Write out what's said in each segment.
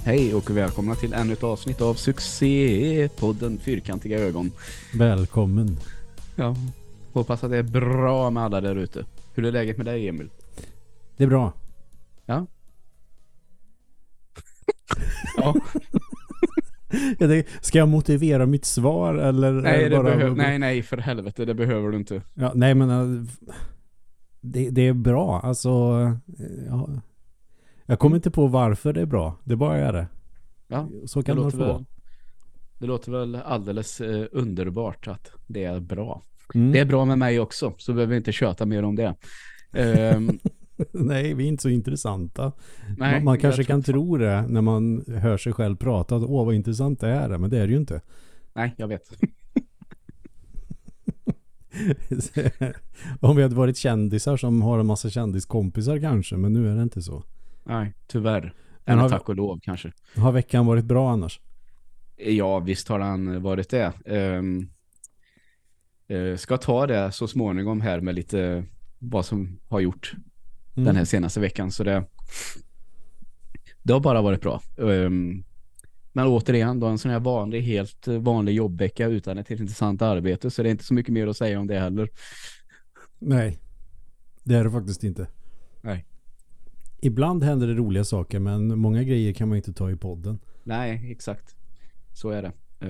Hej och välkomna till ännu ett avsnitt av succépodden Fyrkantiga ögon. Välkommen. Ja, hoppas att det är bra med alla där ute. Hur är läget med dig, Emil? Det är bra. Ja. Ja. Ska jag motivera mitt svar eller Nej, bara... nej, för helvete, det behöver du inte. Ja, nej, men det är bra. Alltså, ja, jag kommer inte på varför det är bra. Det bara är det. Ja, Så kan man få. Det låter väl alldeles underbart att det är bra. Mm. Det är bra med mig också, så behöver vi inte köta mer om det. Nej, vi är inte så intressanta. Nej, man kanske kan tro det när man hör sig själv prata. Att, vad intressant det är, men det är det ju inte. Nej, jag vet. Om vi hade varit kändisar som har en massa kändiskompisar kanske, men nu är det inte så. Nej, tyvärr. Men Tack och lov kanske. Har veckan varit bra annars? Ja, visst har han varit det. Ska ta det så småningom här med lite vad som har gjort den här senaste veckan. Så det har bara varit bra. Men återigen då, en sån här helt vanlig jobbvecka utan ett intressant arbete, så det är inte så mycket mer att säga om det heller. Nej, det är det faktiskt inte. Nej. Ibland händer det roliga saker, men många grejer kan man inte ta i podden. Nej, exakt. Så är det.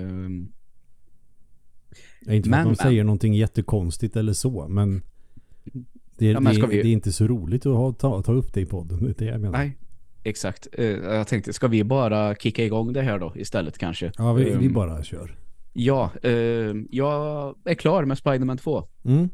Inte för att de säger någonting jättekonstigt eller så, men det är inte så roligt att ta upp det i podden. Det är det jag menar. Nej, exakt. Jag tänkte, ska vi bara kicka igång det här då istället kanske? Ja, vi bara kör. Ja, jag är klar med Spider-Man 2.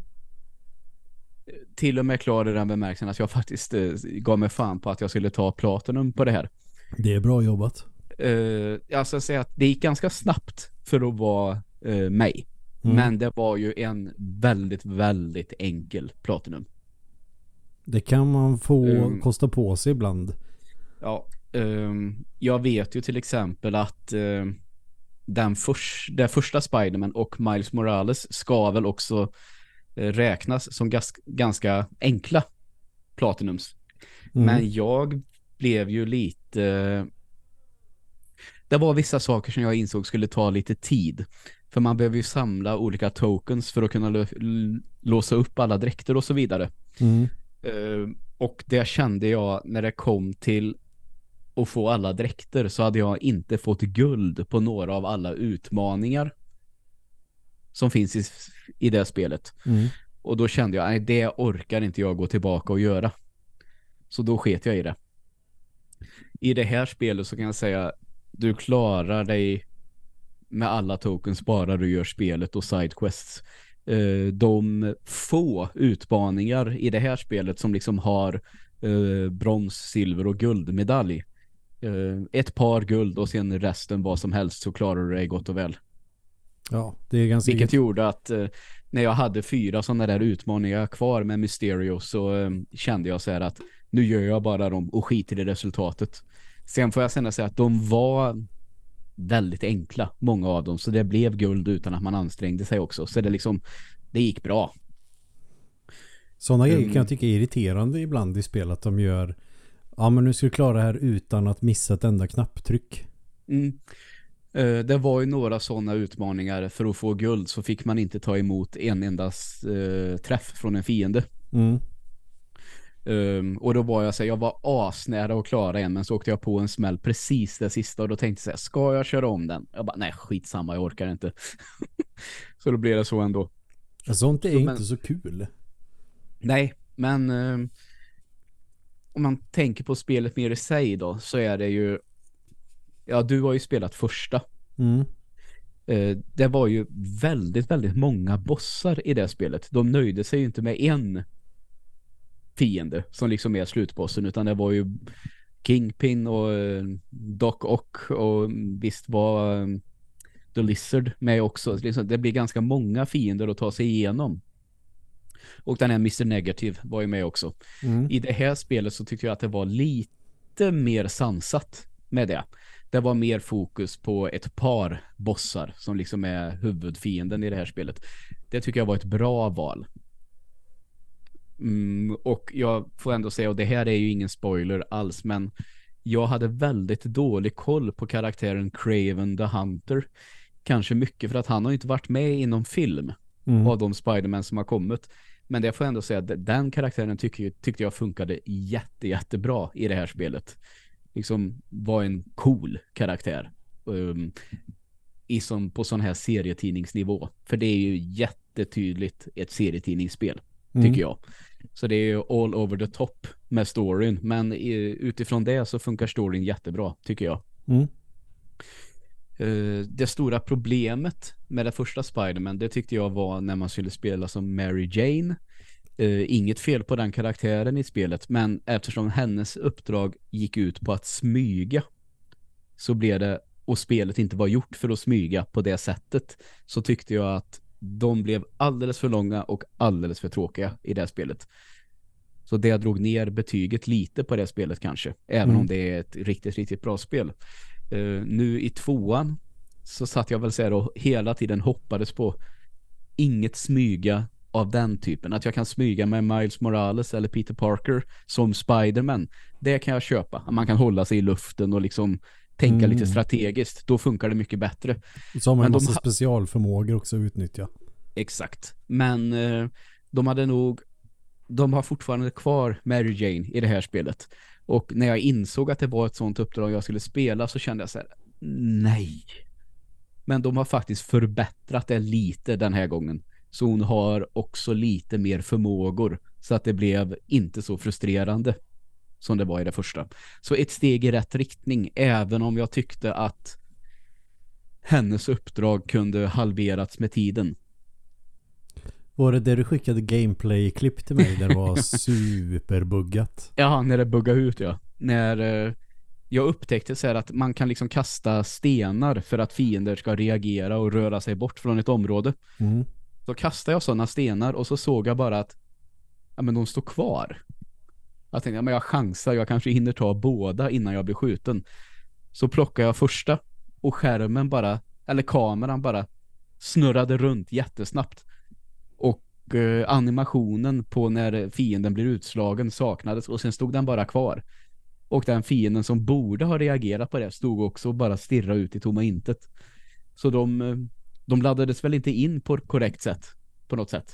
Till och med klar i den bemärkelsen att jag faktiskt gav mig fan på att jag skulle ta Platinum på det här. Det är bra jobbat. Jag ska säga att det gick ganska snabbt för att vara mig. Men det var ju en väldigt, väldigt enkel Platinum. Det kan man få kosta på sig ibland. Ja, jag vet ju till exempel att den första Spider-Man och Miles Morales ska väl också räknas som ganska enkla Platinums. Men jag blev ju lite... Det var vissa saker som jag insåg skulle ta lite tid. För man behöver ju samla olika tokens för att kunna låsa upp alla dräkter och så vidare. Och det kände jag när det kom till att få alla dräkter, så hade jag inte fått guld på några av alla utmaningar som finns i det spelet. Och då kände jag, nej, det orkar inte jag gå tillbaka och göra. Så då sket jag i det. I det här spelet så kan jag säga, du klarar dig med alla tokens bara du gör spelet och sidequests. De få utmaningar i det här spelet som liksom har brons, silver och guldmedalj. Ett par guld och sen resten vad som helst, så klarar du dig gott och väl. Ja, det är ganska... Vilket gjorde att när jag hade 4 sådana där utmaningar kvar med Mysterio, så kände jag så här att nu gör jag bara dem och skiter i resultatet. Sen får jag säga att de var väldigt enkla, många av dem, så det blev guld utan att man ansträngde sig också. Så det gick bra. Sådana grejer kan jag tycka är irriterande ibland i spel, att de gör, ja men nu ska du klara det här utan att missa ett enda knapptryck. Det var ju några sådana utmaningar. För att få guld så fick man inte ta emot en enda träff från en fiende. Och då var jag var asnära att klara en, men så åkte jag på en smäll precis det sista, och då tänkte jag, ska jag köra om den? Jag bara, nej, skitsamma, jag orkar inte. Så då blev det så ändå. Sånt är inte så kul. Nej, men om man tänker på spelet mer i sig då, så är det ju, ja, du har ju spelat första. Det var ju väldigt, väldigt många bossar i det spelet. De nöjde sig ju inte med en fiende som liksom är slutbossen, utan det var ju Kingpin och Doc Ock, och visst var The Lizard med också. Det blir ganska många fiender att ta sig igenom. Och den här Mr. Negative var ju med också. I det här spelet så tyckte jag att det var lite mer sansat med det. Det var mer fokus på ett par bossar som liksom är huvudfienden i det här spelet. Det tycker jag var ett bra val. Och jag får ändå säga, och det här är ju ingen spoiler alls, men jag hade väldigt dålig koll på karaktären Kraven the Hunter. Kanske mycket för att han har inte varit med i någon film av de Spider-Man som har kommit. Men det får jag ändå säga att den karaktären tyckte jag funkade jättebra i det här spelet. Liksom var en cool karaktär. På sån här serietidningsnivå. För det är ju jättetydligt ett serietidningsspel, tycker jag. Så det är ju all over the top med storyn. Men utifrån det så funkar storyn jättebra, tycker jag. Det stora problemet med det första Spider-Man, det tyckte jag var när man skulle spela som Mary Jane. Inget fel på den karaktären i spelet, men eftersom hennes uppdrag gick ut på att smyga, så blev det, och spelet inte var gjort för att smyga på det sättet, så tyckte jag att de blev alldeles för långa och alldeles för tråkiga i det spelet. Så det drog ner betyget lite på det spelet kanske, även om det är ett riktigt bra spel. Nu i 2:an så satt jag väl så här och hela tiden hoppades på inget smyga av den typen. Att jag kan smyga med Miles Morales eller Peter Parker som Spider-Man. Det kan jag köpa. Man kan hålla sig i luften och liksom tänka lite strategiskt. Då funkar det mycket bättre. Så har man en massa specialförmågor också att utnyttja. Exakt. Men de har fortfarande kvar Mary Jane i det här spelet. Och när jag insåg att det var ett sånt uppdrag jag skulle spela, så kände jag så här: nej. Men de har faktiskt förbättrat det lite den här gången. Så hon har också lite mer förmågor, så att det blev inte så frustrerande som det var i det första. Så ett steg i rätt riktning, även om jag tyckte att hennes uppdrag kunde halverats med tiden. Var det där du skickade gameplay-klipp till mig där det var superbuggat? Ja, när det buggade ut, ja. När jag upptäckte så här att man kan liksom kasta stenar för att fiender ska reagera och röra sig bort från ett område. Så kastade jag sådana stenar och så såg jag bara att men de står kvar. Jag tänkte, men jag chansar, jag kanske hinner ta båda innan jag blir skjuten. Så plockade jag första och kameran bara snurrade runt jättesnabbt. Och animationen på när fienden blir utslagen saknades, och sen stod den bara kvar. Och den fienden som borde ha reagerat på det stod också och bara stirra ut i tomma intet. Så de laddades väl inte in på ett korrekt sätt på något sätt.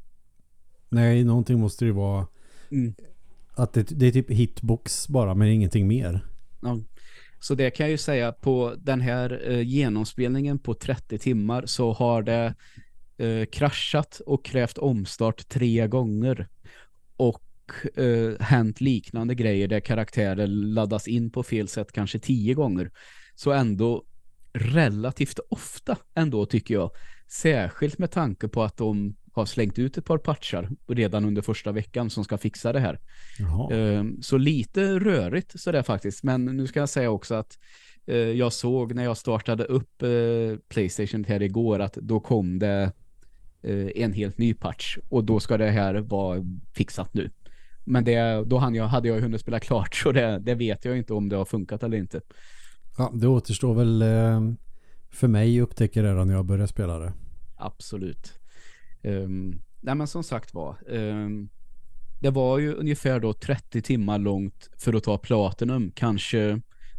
Nej, någonting måste det vara. Att det är typ hitbox bara, men ingenting mer. Ja. Så det kan jag ju säga, på den här genomspelningen på 30 timmar så har det kraschat och krävt omstart 3 gånger. Och hänt liknande grejer där karaktärer laddas in på fel sätt kanske 10 gånger. Så ändå relativt ofta ändå, tycker jag. Särskilt med tanke på att de har slängt ut ett par patchar redan under första veckan som ska fixa det här. Så lite rörigt så det faktiskt. Men nu ska jag säga också att jag såg när jag startade upp PlayStation här igår att då kom det en helt ny patch, och då ska det här vara fixat nu. Men då hade jag hunnit spela klart, så det vet jag inte om det har funkat eller inte. Ja, det återstår väl för mig att upptäcka det när jag börjar spela det. Absolut. Nej, men som sagt var, det var ju ungefär då 30 timmar långt för att ta Platinum. Kanske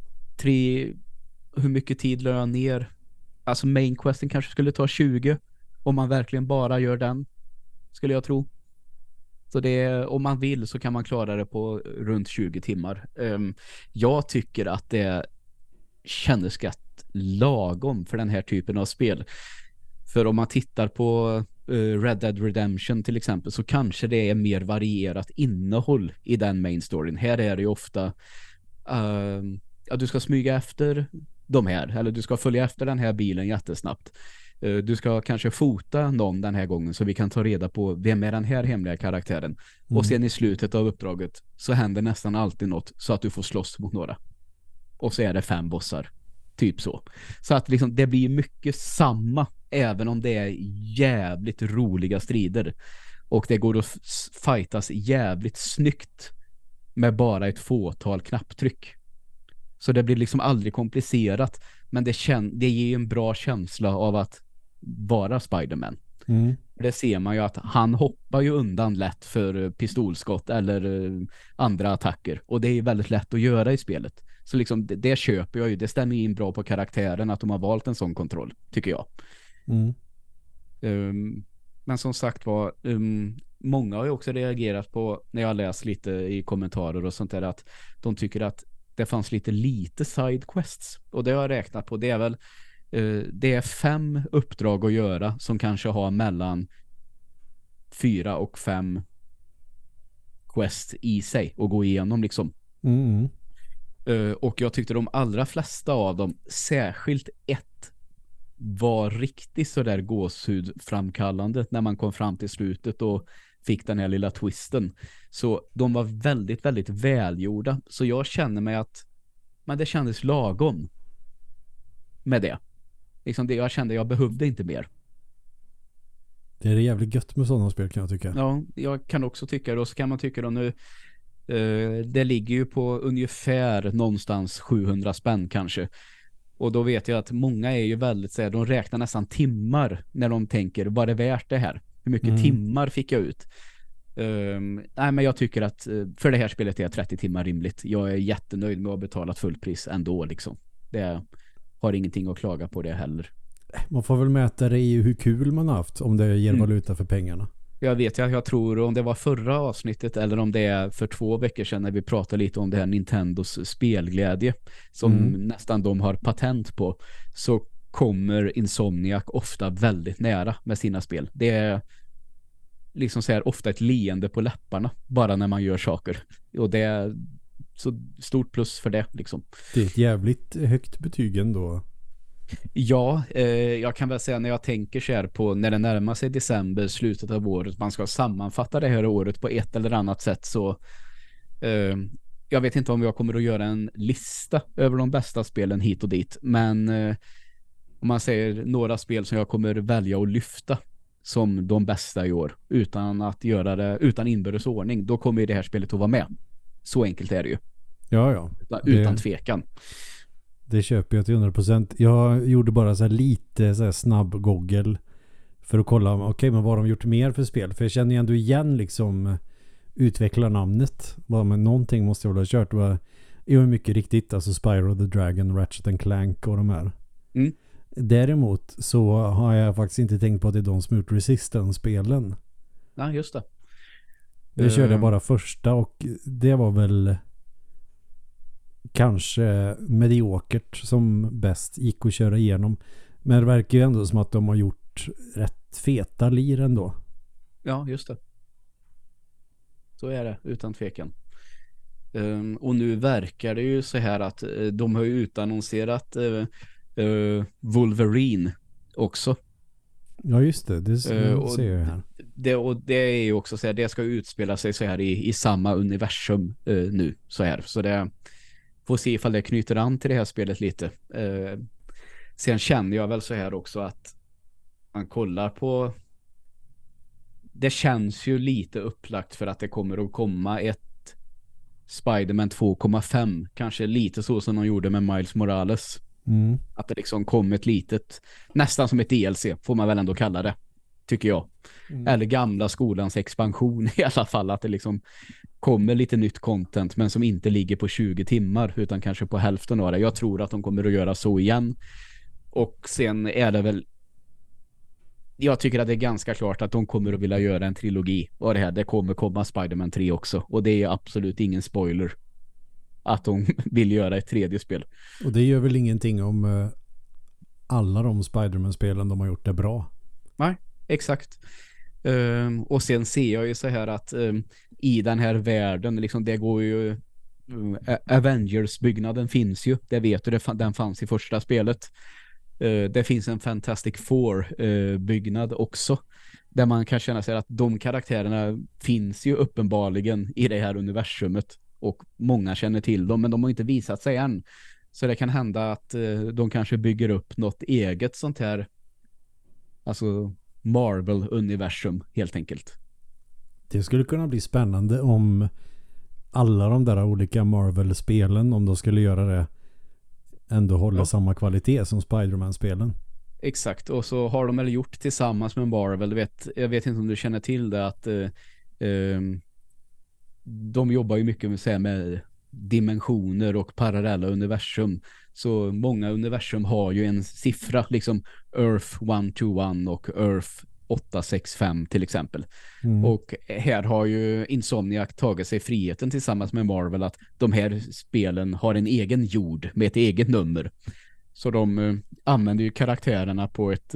hur mycket tid la jag ner? Alltså main questen kanske skulle ta 20 om man verkligen bara gör den, skulle jag tro. Så om man vill så kan man klara det på runt 20 timmar. Jag tycker att det kändes rätt lagom för den här typen av spel. För om man tittar på Red Dead Redemption till exempel, så kanske det är mer varierat innehåll i den main storyn. Här är det ju ofta du ska smyga efter de här, eller du ska följa efter den här bilen jättesnabbt. Du ska kanske fota någon den här gången så vi kan ta reda på vem är den här hemliga karaktären. Och sen i slutet av uppdraget så händer nästan alltid något så att du får slåss mot några. Och så är det 5 bossar. Typ så. Så att liksom, det blir mycket samma, även om det är jävligt roliga strider. Och det går att fightas jävligt snyggt med bara ett fåtal knapptryck. Så det blir liksom aldrig komplicerat. Men det ger en bra känsla av att vara Spider-Man. Det ser man ju att han hoppar ju undan lätt för pistolskott eller andra attacker. Och det är väldigt lätt att göra i spelet. Så liksom det köper jag ju. Det stämmer in bra på karaktären att de har valt en sån kontroll, tycker jag. Mm. Men som sagt var, många har ju också reagerat på, när jag läst lite i kommentarer och sånt där, att de tycker att det fanns lite side quests. Och det har jag räknat på. Det är väl det är 5 uppdrag att göra som kanske har mellan 4 och 5 quest i sig och gå igenom liksom. Mm. Och jag tyckte de allra flesta av dem, särskilt ett, var riktigt så där gåshudframkallande när man kom fram till slutet och fick den här lilla twisten. Så de var väldigt, väldigt välgjorda. Så jag känner mig att men det kändes lagom med det. Liksom det jag kände, jag behövde inte mer. Det är jävligt gött med sådana spel kan jag tycka. Ja, jag kan också tycka det. Och så kan man tycka då nu det ligger ju på ungefär någonstans 700 spänn kanske. Och då vet jag att många är ju väldigt så här, de räknar nästan timmar när de tänker, var det värt det här? Hur mycket timmar fick jag ut? Nej, men jag tycker att för det här spelet är 30 timmar rimligt. Jag är jättenöjd med att ha betalat fullpris ändå liksom. Det har ingenting att klaga på det heller. Man får väl mäta det i hur kul man har haft om det ger valuta för pengarna. Jag vet ju att jag tror om det var förra avsnittet eller om det är för 2 veckor sedan när vi pratade lite om det här Nintendos spelglädje som nästan de har patent på, så kommer Insomniac ofta väldigt nära med sina spel. Det är liksom så här ofta ett leende på läpparna bara när man gör saker. Och det är så stort plus för det liksom. Det är ett jävligt högt betyg ändå. Ja, jag kan väl säga när jag tänker så här på när det närmar sig december, slutet av året, man ska sammanfatta det här året på ett eller annat sätt, så jag vet inte om jag kommer att göra en lista över de bästa spelen hit och dit, men om man säger några spel som jag kommer välja att lyfta som de bästa i år utan att göra det utan inbördes ordning, då kommer det här spelet att vara med. Så enkelt är det ju. Ja. Utan tvekan. Det köper jag till 100%. Jag gjorde bara så här lite så här snabb Google för att kolla okej, men vad har de gjort mer för spel? För jag känner ju ändå igen liksom utvecklarnamnet. Men någonting måste jag väl ha kört. Det var mycket riktigt, alltså Spyro the Dragon, Ratchet & Clank och de här. Däremot så har jag faktiskt inte tänkt på att det är de som gjort Resistance-spelen. Ja, just det. Det körde jag bara första och det var väl kanske mediokert som bäst gick att köra igenom. Men det verkar ju ändå som att de har gjort rätt feta lir ändå. Ja, just det. Så är det, utan tvekan. Och nu verkar det ju så här att de har ju utannonserat Wolverine också. Ja, just det. Det ser jag här. Det är ju också så här, det ska utspela sig så här i samma universum nu så här. Så det får se ifall det knyter an till det här spelet lite. Sen känner jag väl så här också att man kollar på, det känns ju lite upplagt för att det kommer att komma ett Spider-Man 2,5, kanske lite så som de gjorde med Miles Morales. Att det liksom kom ett litet, nästan som ett DLC får man väl ändå kalla det, tycker jag. Eller gamla skolans expansion i alla fall, att det liksom kommer lite nytt content men som inte ligger på 20 timmar utan kanske på hälften av det. Jag tror att de kommer att göra så igen. Och sen är det väl, jag tycker att det är ganska klart att de kommer att vilja göra en trilogi och det kommer komma Spider-Man 3 också, och det är absolut ingen spoiler att de vill göra ett tredje spel. Och det gör väl ingenting om alla de Spider-Man-spelen de har gjort är bra. Nej, exakt. Och sen ser jag ju så här att i den här världen liksom, det går ju Avengers-byggnaden finns ju, det vet du, den fanns i första spelet. Det finns en Fantastic Four-byggnad också, där man kan känna sig att de karaktärerna finns ju uppenbarligen i det här universumet och många känner till dem, men de har inte visat sig än. Så det kan hända att de kanske bygger upp något eget sånt här, alltså Marvel-universum helt enkelt. Det skulle kunna bli spännande om alla de där olika Marvel-spelen, om de skulle göra det, ändå hålla samma kvalitet som Spider-Man-spelen. Exakt, och så har de väl gjort tillsammans med Marvel, jag vet inte om du känner till det, att de jobbar ju mycket med dimensioner och parallella universum. Så många universum har ju en siffra, liksom Earth 121 och Earth 865 till exempel. Mm. Och här har ju Insomniac tagit sig friheten tillsammans med Marvel att de här spelen har en egen jord med ett eget nummer. Så de använder ju karaktärerna på ett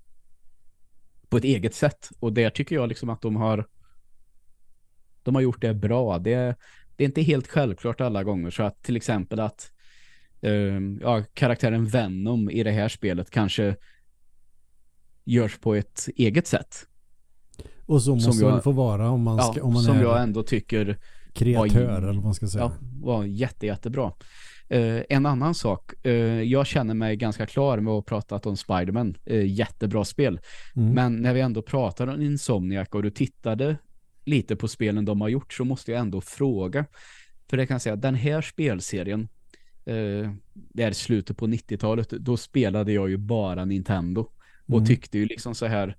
eget sätt. Och där tycker jag liksom att de har gjort det bra. Det är inte helt självklart alla gånger. Så att till exempel att karaktären Venom i det här spelet kanske görs på ett eget sätt. Och så måste det få vara om man ska, om man som är jag ändå tycker kreatör eller vad man ska säga. Var jättebra. En annan sak, jag känner mig ganska klar med att prata om Spider-Man. Jättebra spel. Men när vi ändå pratar om Insomniac och du tittade lite på spelen de har gjort, så måste jag ändå fråga. För det kan jag säga, den här spelserien, det är slutet på 90-talet, då spelade jag ju bara Nintendo. Och tyckte ju liksom så här,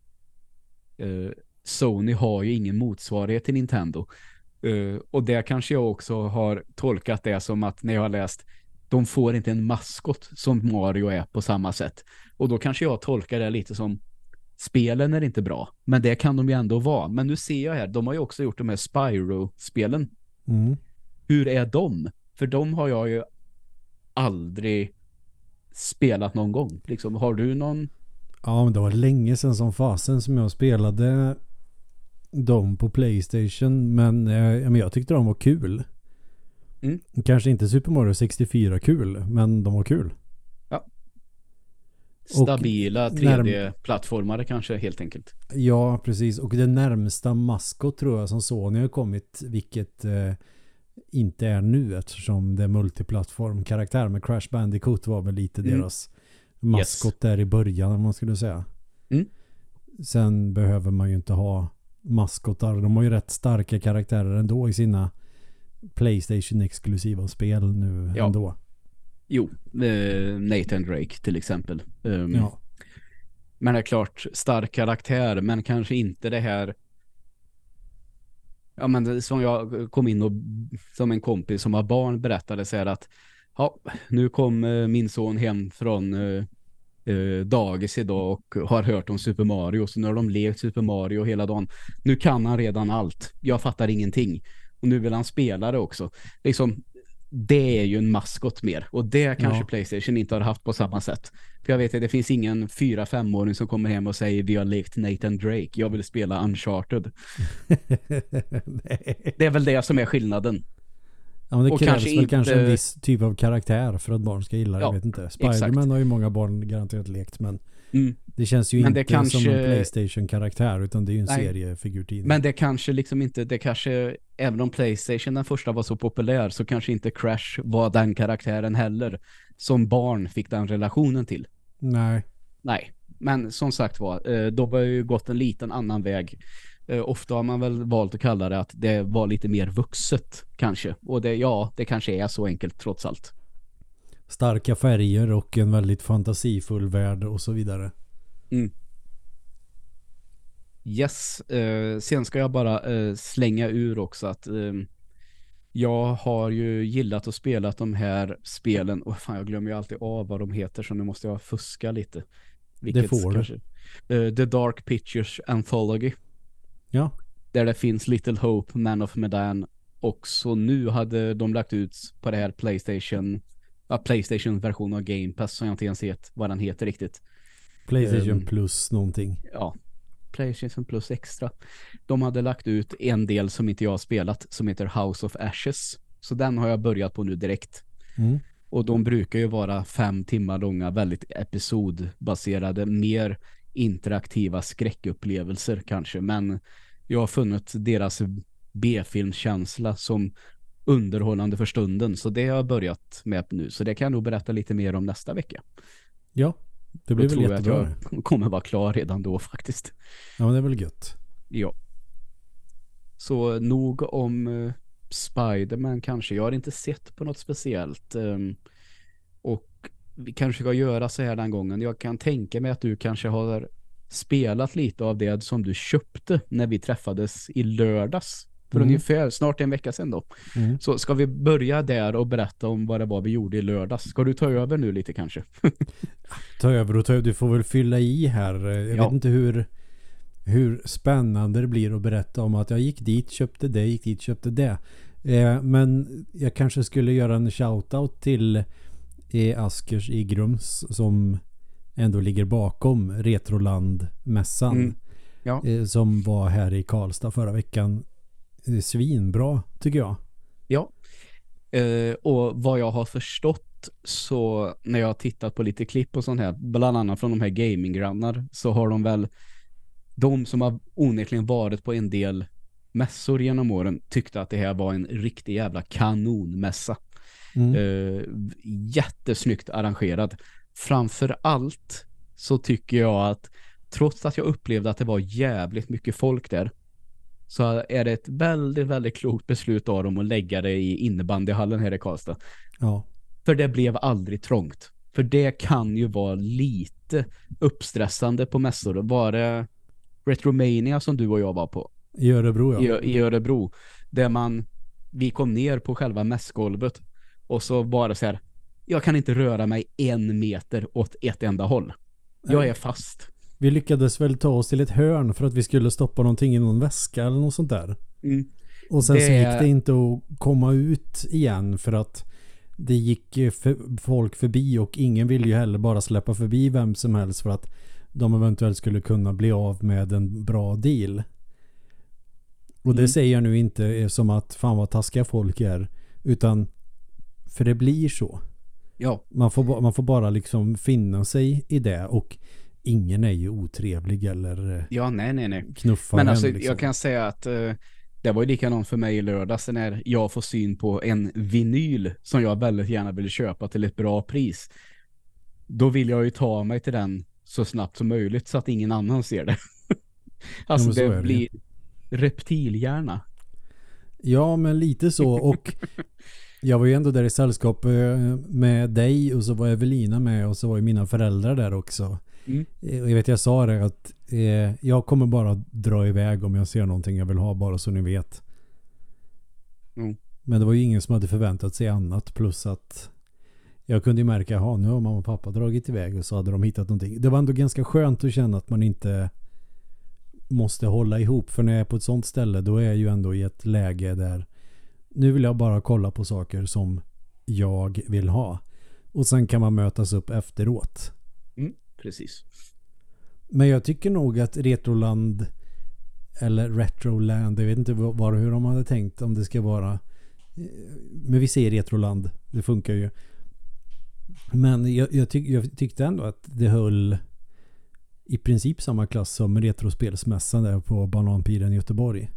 Sony har ju ingen motsvarighet till Nintendo. Och det kanske jag också har tolkat det som att när jag har läst, de får inte en maskot som Mario är på samma sätt. Och då kanske jag tolkar det lite som, spelen är inte bra, men det kan de ju ändå vara. Men nu ser jag här, de har ju också gjort de här Spyro-spelen. Hur är de? För de har jag ju aldrig spelat någon gång. Liksom, har du någon? Ja, men det var länge sedan som fasen som jag spelade dem på PlayStation, men jag tyckte de var kul. Kanske inte Super Mario 64 kul, men de var kul. Ja. Stabila 3D-plattformare kanske helt enkelt. Ja, precis. Och det närmsta maskot tror jag som Sony har kommit, vilket inte är nu eftersom det är multiplattform-karaktär med Crash Bandicoot var väl lite deras maskot där i början om man skulle säga. Sen behöver man ju inte ha maskotar. De har ju rätt starka karaktärer ändå i sina PlayStation-exklusiva spel nu ändå. Jo, Nathan Drake till exempel. Ja. Men det är klart, stark karaktär, men kanske inte det här. Ja, men som jag kom in och som en kompis som har barn berättade så här att nu kom min son hem från dagis idag och har hört om Super Mario, så nu har de lekt Super Mario hela dagen. Nu kan han redan allt. Jag fattar ingenting. Och nu vill han spela det också. Liksom, det är ju en maskot mer. Och det kanske PlayStation inte har haft på samma sätt. För jag vet att det finns ingen 4-5-åring som kommer hem och säger vi har lekt Nathan Drake. Jag vill spela Uncharted. Det är väl det som är skillnaden. Ja, men det och krävs väl kanske en viss typ av karaktär för att barn ska gilla det, jag vet inte. Spider-Man har ju många barn garanterat lekt, men det känns ju inte kanske som en PlayStation-karaktär, utan det är ju en seriefigurtidning. Men det kanske liksom inte, det kanske, även om PlayStation den första var så populär, så kanske inte Crash var den karaktären heller som barn fick den relationen till. Nej, men som sagt var, då har ju gått en liten annan väg. Ofta har man väl valt att kalla det att det var lite mer vuxet kanske. Och det kanske är så enkelt trots allt. Starka färger och en väldigt fantasifull värld och så vidare. Yes, sen ska jag bara slänga ur också att jag har ju gillat att spela de här spelen. Och fan, jag glömmer ju alltid av vad de heter, så nu måste jag fuska lite. Det får kanske. The Dark Pictures Anthology. Ja. Där det finns Little Hope, Man of Medan. Och så nu hade de lagt ut på det här PlayStation-version av Game Pass, som jag inte ens vet vad den heter riktigt. PlayStation Plus någonting. Ja, PlayStation Plus Extra. De hade lagt ut en del som inte jag har spelat, som heter House of Ashes. Så den har jag börjat på nu direkt. Och de brukar ju vara 5 timmar långa, väldigt episodbaserade, mer interaktiva skräckupplevelser kanske. Men jag har funnit deras B-filmkänsla som underhållande för stunden. Så det har jag börjat med nu. Så det kan jag nog berätta lite mer om nästa vecka. Ja, det blir väl jättebra. Jag kommer vara klar redan då faktiskt. Ja, men det är väl gött. Ja. Så nog om Spider-Man kanske. Jag har inte sett på något speciellt. Och vi kanske ska göra så här den gången. Jag kan tänka mig att du kanske har spelat lite av det som du köpte när vi träffades i lördags. för ungefär snart en vecka sedan då. Så ska vi börja där och berätta om vad det var vi gjorde i lördags. Ska du ta över nu lite kanske? Ta över och ta över. Du får väl fylla i här. Jag vet inte hur spännande det blir att berätta om att jag gick dit, köpte det. Men jag kanske skulle göra en shoutout till Askers i Grums som ändå ligger bakom Retroland-mässan som var här i Karlstad förra veckan. Svinbra tycker jag. Ja, och vad jag har förstått så när jag har tittat på lite klipp och sånt här, bland annat från de här gaminggrannar, så har de som har onekligen varit på en del mässor genom åren tyckte att det här var en riktig jävla kanonmässa. Jättesnyggt arrangerad. Framför allt så tycker jag att trots att jag upplevde att det var jävligt mycket folk där, så är det ett väldigt, väldigt klokt beslut av dem att lägga det i innebandyhallen här i Karlstad. Ja. För det blev aldrig trångt. För det kan ju vara lite uppstressande på mässor. Var det Retromania som du och jag var på? I Örebro, ja. I Örebro. Där vi kom ner på själva mässgolvet och så var det så här, jag kan inte röra mig 1 meter åt ett enda håll. Jag är fast. Vi lyckades väl ta oss till ett hörn för att vi skulle stoppa någonting i någon väska eller något sånt där. Och sen så gick det inte att komma ut igen för att det gick folk förbi och ingen ville ju heller bara släppa förbi vem som helst för att de eventuellt skulle kunna bli av med en bra deal. Och det säger jag nu inte som att fan vad taskiga folk är, utan för det blir så. Ja. Man får bara liksom finna sig i det, och ingen är ju otrevlig eller knuffa. Men alltså, liksom. jag kan säga att det var ju likadant för mig i lördags när jag får syn på en vinyl som jag väldigt gärna vill köpa till ett bra pris. Då vill jag ju ta mig till den så snabbt som möjligt så att ingen annan ser det. Alltså det blir reptilhjärna. Ja, men lite så. Och jag var ju ändå där i sällskap med dig, och så var Evelina med, och så var ju mina föräldrar där också. Jag vet, jag sa det att jag kommer bara dra iväg om jag ser någonting jag vill ha, bara så ni vet. Men det var ju ingen som hade förväntat sig annat, plus att jag kunde ju märka, nu har mamma och pappa dragit iväg, och så hade de hittat någonting. Det var ändå ganska skönt att känna att man inte måste hålla ihop, för när jag är på ett sånt ställe då är jag ju ändå i ett läge där nu vill jag bara kolla på saker som jag vill ha, och sen kan man mötas upp efteråt. Precis. Men jag tycker nog att Retroland eller Retroland, jag vet inte hur de hade tänkt, om det ska vara, men vi säger Retroland, det funkar ju. Men jag tyckte ändå att det höll i princip samma klass som Retrospelsmässan där på Bananpiren i Göteborg.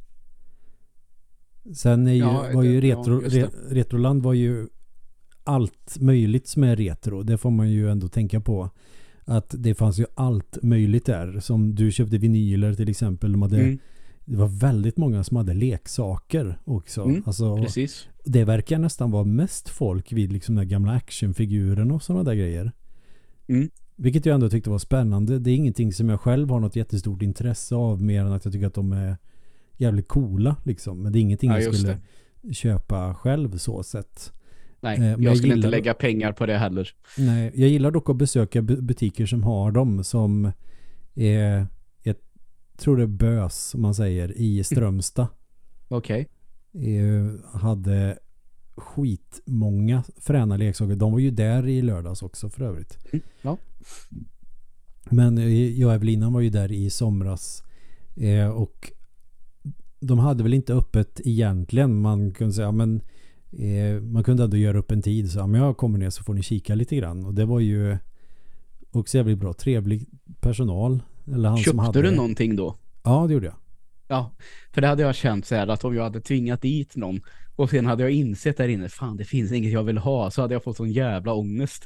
Sen Retroland var ju allt möjligt som är retro. Det får man ju ändå tänka på. Att det fanns ju allt möjligt där. Som du köpte vinyler till exempel. Det var väldigt många som hade leksaker också. Alltså, precis. Det verkar nästan vara mest folk vid liksom de gamla actionfiguren och sådana där grejer. Vilket jag ändå tyckte var spännande. Det är ingenting som jag själv har något jättestort intresse av, mer än att jag tycker att de är jävligt coola liksom. Men det är ingenting jag skulle köpa själv så sett. Nej, jag skulle inte lägga pengar på det heller. Nej, jag gillar dock att besöka butiker som har dem, som jag tror det är Bös som man säger i Strömstad. Okej. Hade skitmånga fräna leksaker. De var ju där i lördags också för övrigt. Ja. Men jag och Evelina var ju där i somras och de hade väl inte öppet egentligen. Man kunde säga, men man kunde ändå göra upp en tid, så men jag kommer ner så får ni kika lite grann, och det var ju också jävligt bra, trevlig personal. Eller han Köpte som hade... du någonting då? Ja, det gjorde jag. Ja, för det hade jag känt så här, att om jag hade tvingat dit någon och sen hade jag insett där inne, fan det finns inget jag vill ha, så hade jag fått sån jävla ångest.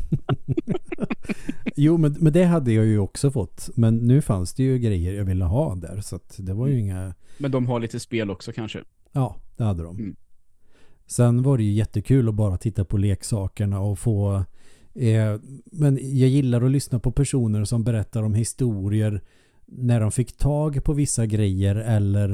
Jo, men det hade jag ju också fått. Men nu fanns det ju grejer jag ville ha där, så att det var ju inga... Men de har lite spel också kanske? Ja, det hade de. Sen var det ju jättekul att bara titta på leksakerna och få... men jag gillar att lyssna på personer som berättar om historier när de fick tag på vissa grejer, eller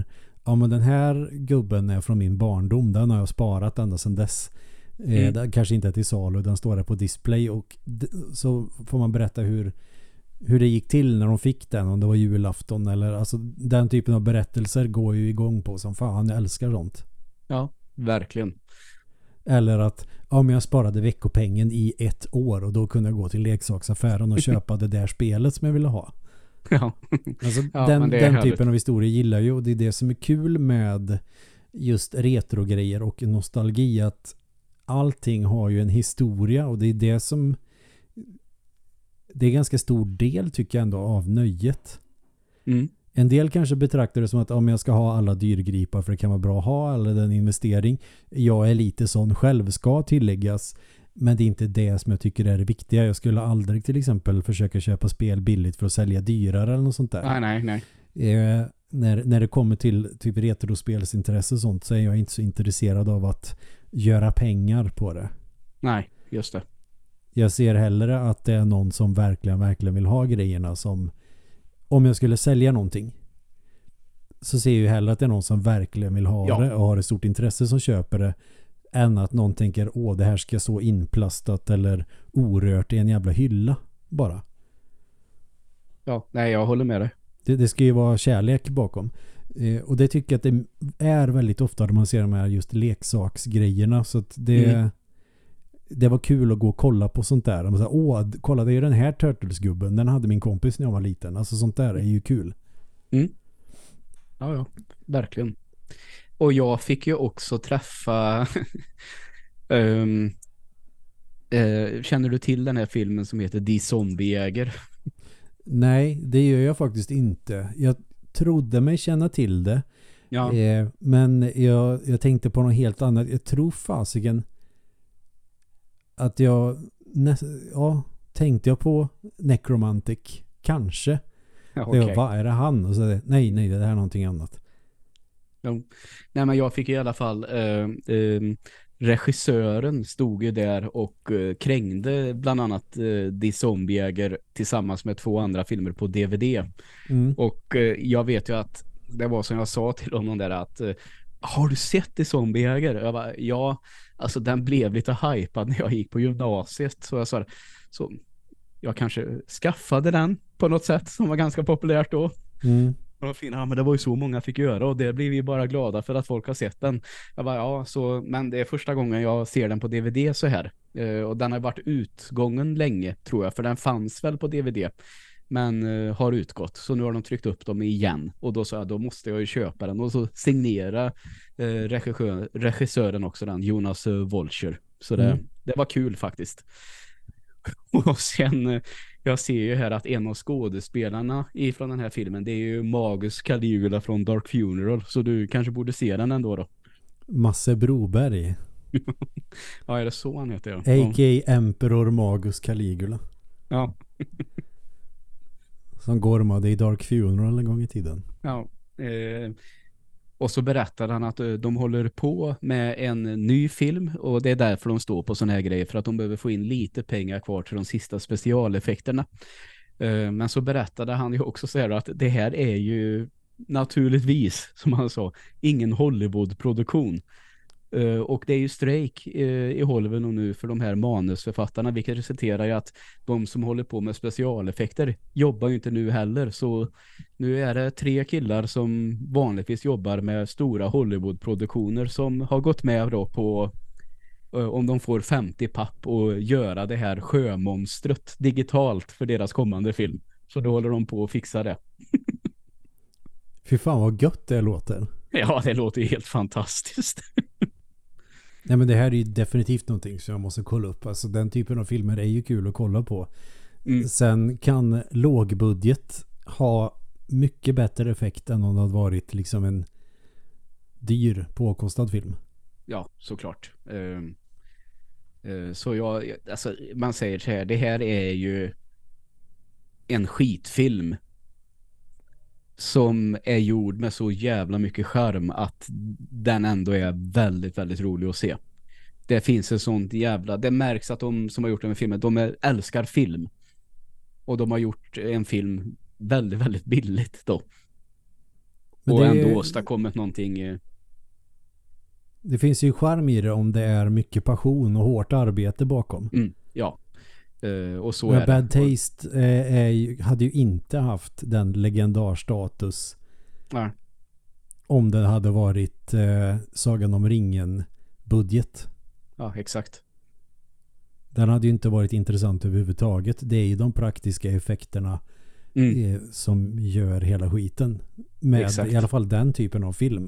ja men den här gubben är från min barndom, den har jag sparat ända sedan dess. Den kanske inte är till salu, den står där på display och så får man berätta hur det gick till när de fick den, om det var julafton eller alltså den typen av berättelser går ju igång på som fan, jag älskar sånt. Ja, verkligen. Eller att men jag sparade veckopengen i 1 år och då kunde jag gå till leksaksaffären och köpa det där spelet som jag ville ha. Ja. Alltså Ja, den typen av historia gillar jag, och det är det som är kul med just retrogrejer och nostalgi, att allting har ju en historia, och det är det som det är ganska stor del tycker jag ändå av nöjet. En del kanske betraktar det som att om jag ska ha alla dyrgripar för det kan vara bra att ha, eller den investering. Jag är lite sån själv, ska tilläggas, men det är inte det som jag tycker är det viktiga. Jag skulle aldrig till exempel försöka köpa spel billigt för att sälja dyrare eller något sånt där. Nej. När det kommer till typ retrospelsintresse och sånt, så är jag inte så intresserad av att göra pengar på det. Nej, just det. Jag ser hellre att det är någon som verkligen vill ha grejerna, som om jag skulle sälja någonting så ser jag ju hellre att det är någon som verkligen vill ha det och har ett stort intresse som köper det, än att någon tänker det här ska stå inplastat eller orört i en jävla hylla bara. Ja, nej, jag håller med dig. Det ska ju vara kärlek bakom. Och det tycker jag att det är väldigt ofta när man ser de här just leksaksgrejerna, så att det var kul att gå och kolla på sånt där. Man säger, kolla, det är ju den här Turtles-gubben. Den hade min kompis när jag var liten. Alltså sånt där är ju kul. Ja, verkligen. Och jag fick ju också träffa känner du till den här filmen som heter Die Zombiejäger? Nej, det gör jag faktiskt inte. Jag trodde mig känna till det. Ja. Men jag tänkte på något helt annat. Jag tror fasiken att tänkte jag på Necromantic kanske. Ja, okay. Vad är det han? Och så nej, det här är någonting annat. Ja. Nej, men jag fick i alla fall regissören stod ju där och krängde bland annat Die Zombiejäger tillsammans med 2 andra filmer på DVD. Och jag vet ju att det var som jag sa till honom där att har du sett Die Zombiejäger? Jag bara, ja, alltså den blev lite hypad när jag gick på gymnasiet, så jag sa så jag kanske skaffade den på något sätt som var ganska populärt då. Men det var ju så många fick göra, och det blir vi bara glada för att folk har sett den. Jag bara, men det är första gången jag ser den på DVD så här. Och den har varit utgången länge, tror jag, för den fanns väl på DVD. Men har utgått. Så nu har de tryckt upp dem igen. Och då sa jag, då måste jag ju köpa den. Och så signera regissören också, den Jonas Vulture. Så det var kul faktiskt. Och sen, jag ser ju här att en av skådespelarna från den här filmen, det är ju Magus Caligula från Dark Funeral. Så du kanske borde se den ändå då. Masse Broberg. Ja, är det så han heter? Ja. A.k.a. Emperor Magus Caligula. Ja. Som gormade i Dark Funeral en gång i tiden. Ja. Och så berättar han att de håller på med en ny film, och det är därför de står på såna här grejer, för att de behöver få in lite pengar kvar till de sista specialeffekterna. Men så berättade han ju också så här att det här är ju naturligtvis, som han sa, ingen Hollywood-produktion. Och det är ju strejk i Hollywood nu för de här manusförfattarna, vilket resulterar i att de som håller på med specialeffekter jobbar ju inte nu heller. Så nu är det 3 killar som vanligtvis jobbar med stora Hollywood-produktioner som har gått med då på om de får 50 papp och göra det här sjömonstret digitalt för deras kommande film. Så då håller de på att fixa det. Fy fan vad gött det låter. Ja, det låter ju helt fantastiskt. Nej, men det här är ju definitivt någonting som jag måste kolla upp. Alltså den typen av filmer är ju kul att kolla på. Sen kan lågbudget ha mycket bättre effekt än om det hade varit liksom en dyr påkostad film. Ja, såklart. Så alltså, man säger så här, det här är ju en skitfilm som är gjord med så jävla mycket charm att den ändå är väldigt, väldigt rolig att se. Det finns en sånt jävla... Det märks att de som har gjort den här filmen, de älskar film. Och de har gjort en film väldigt, väldigt billigt då. Men och ändå åstadkommit någonting. Det finns ju charm i det om det är mycket passion och hårt arbete bakom. Ja, och så Men är Bad det. Taste hade ju inte haft den legendarstatus Ja. om det hade varit Sagan om ringen-budget. Ja, exakt. Den hade ju inte varit intressant överhuvudtaget. Det är ju de praktiska effekterna som gör hela skiten. Med Exakt. i alla fall den typen av film.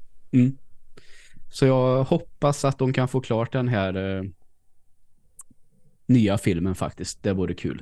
Så jag hoppas att de kan få klart den här nya filmen faktiskt. Det vore kul.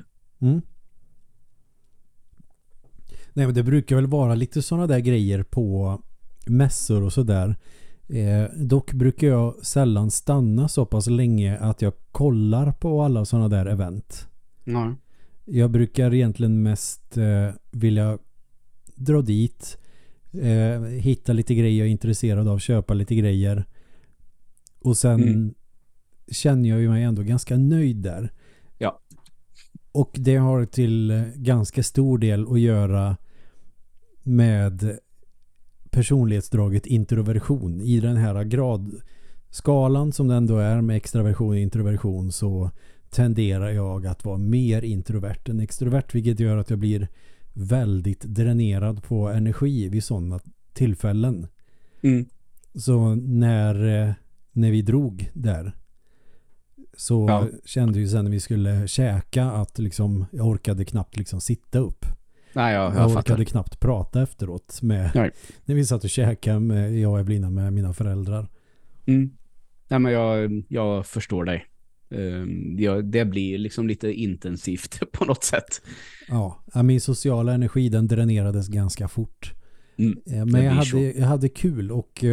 Nej, men det brukar väl vara lite sådana där grejer på mässor och sådär. Dock brukar jag sällan stanna så pass länge att jag kollar på alla sådana där event. Ja. Jag brukar egentligen mest vilja dra dit, hitta lite grejer jag är intresserad av, köpa lite grejer. Och sen känner jag ju mig ändå ganska nöjd där. Ja. Och det har till ganska stor del att göra med personlighetsdraget introversion. I den här gradskalan som den ändå är med extraversion och introversion, så tenderar jag att vara mer introvert än extrovert, vilket gör att jag blir väldigt dränerad på energi vid sådana tillfällen. Så när vi drog där, så kände ju sen när vi skulle käka att liksom, jag orkade knappt liksom sitta upp. Nej, jag orkade knappt prata efteråt när vi satt och käkade med jag och Evelina med mina föräldrar. Nej, men jag förstår dig. Det blir liksom lite intensivt på något sätt. Ja, min sociala energi den dränerades ganska fort. Men jag hade kul och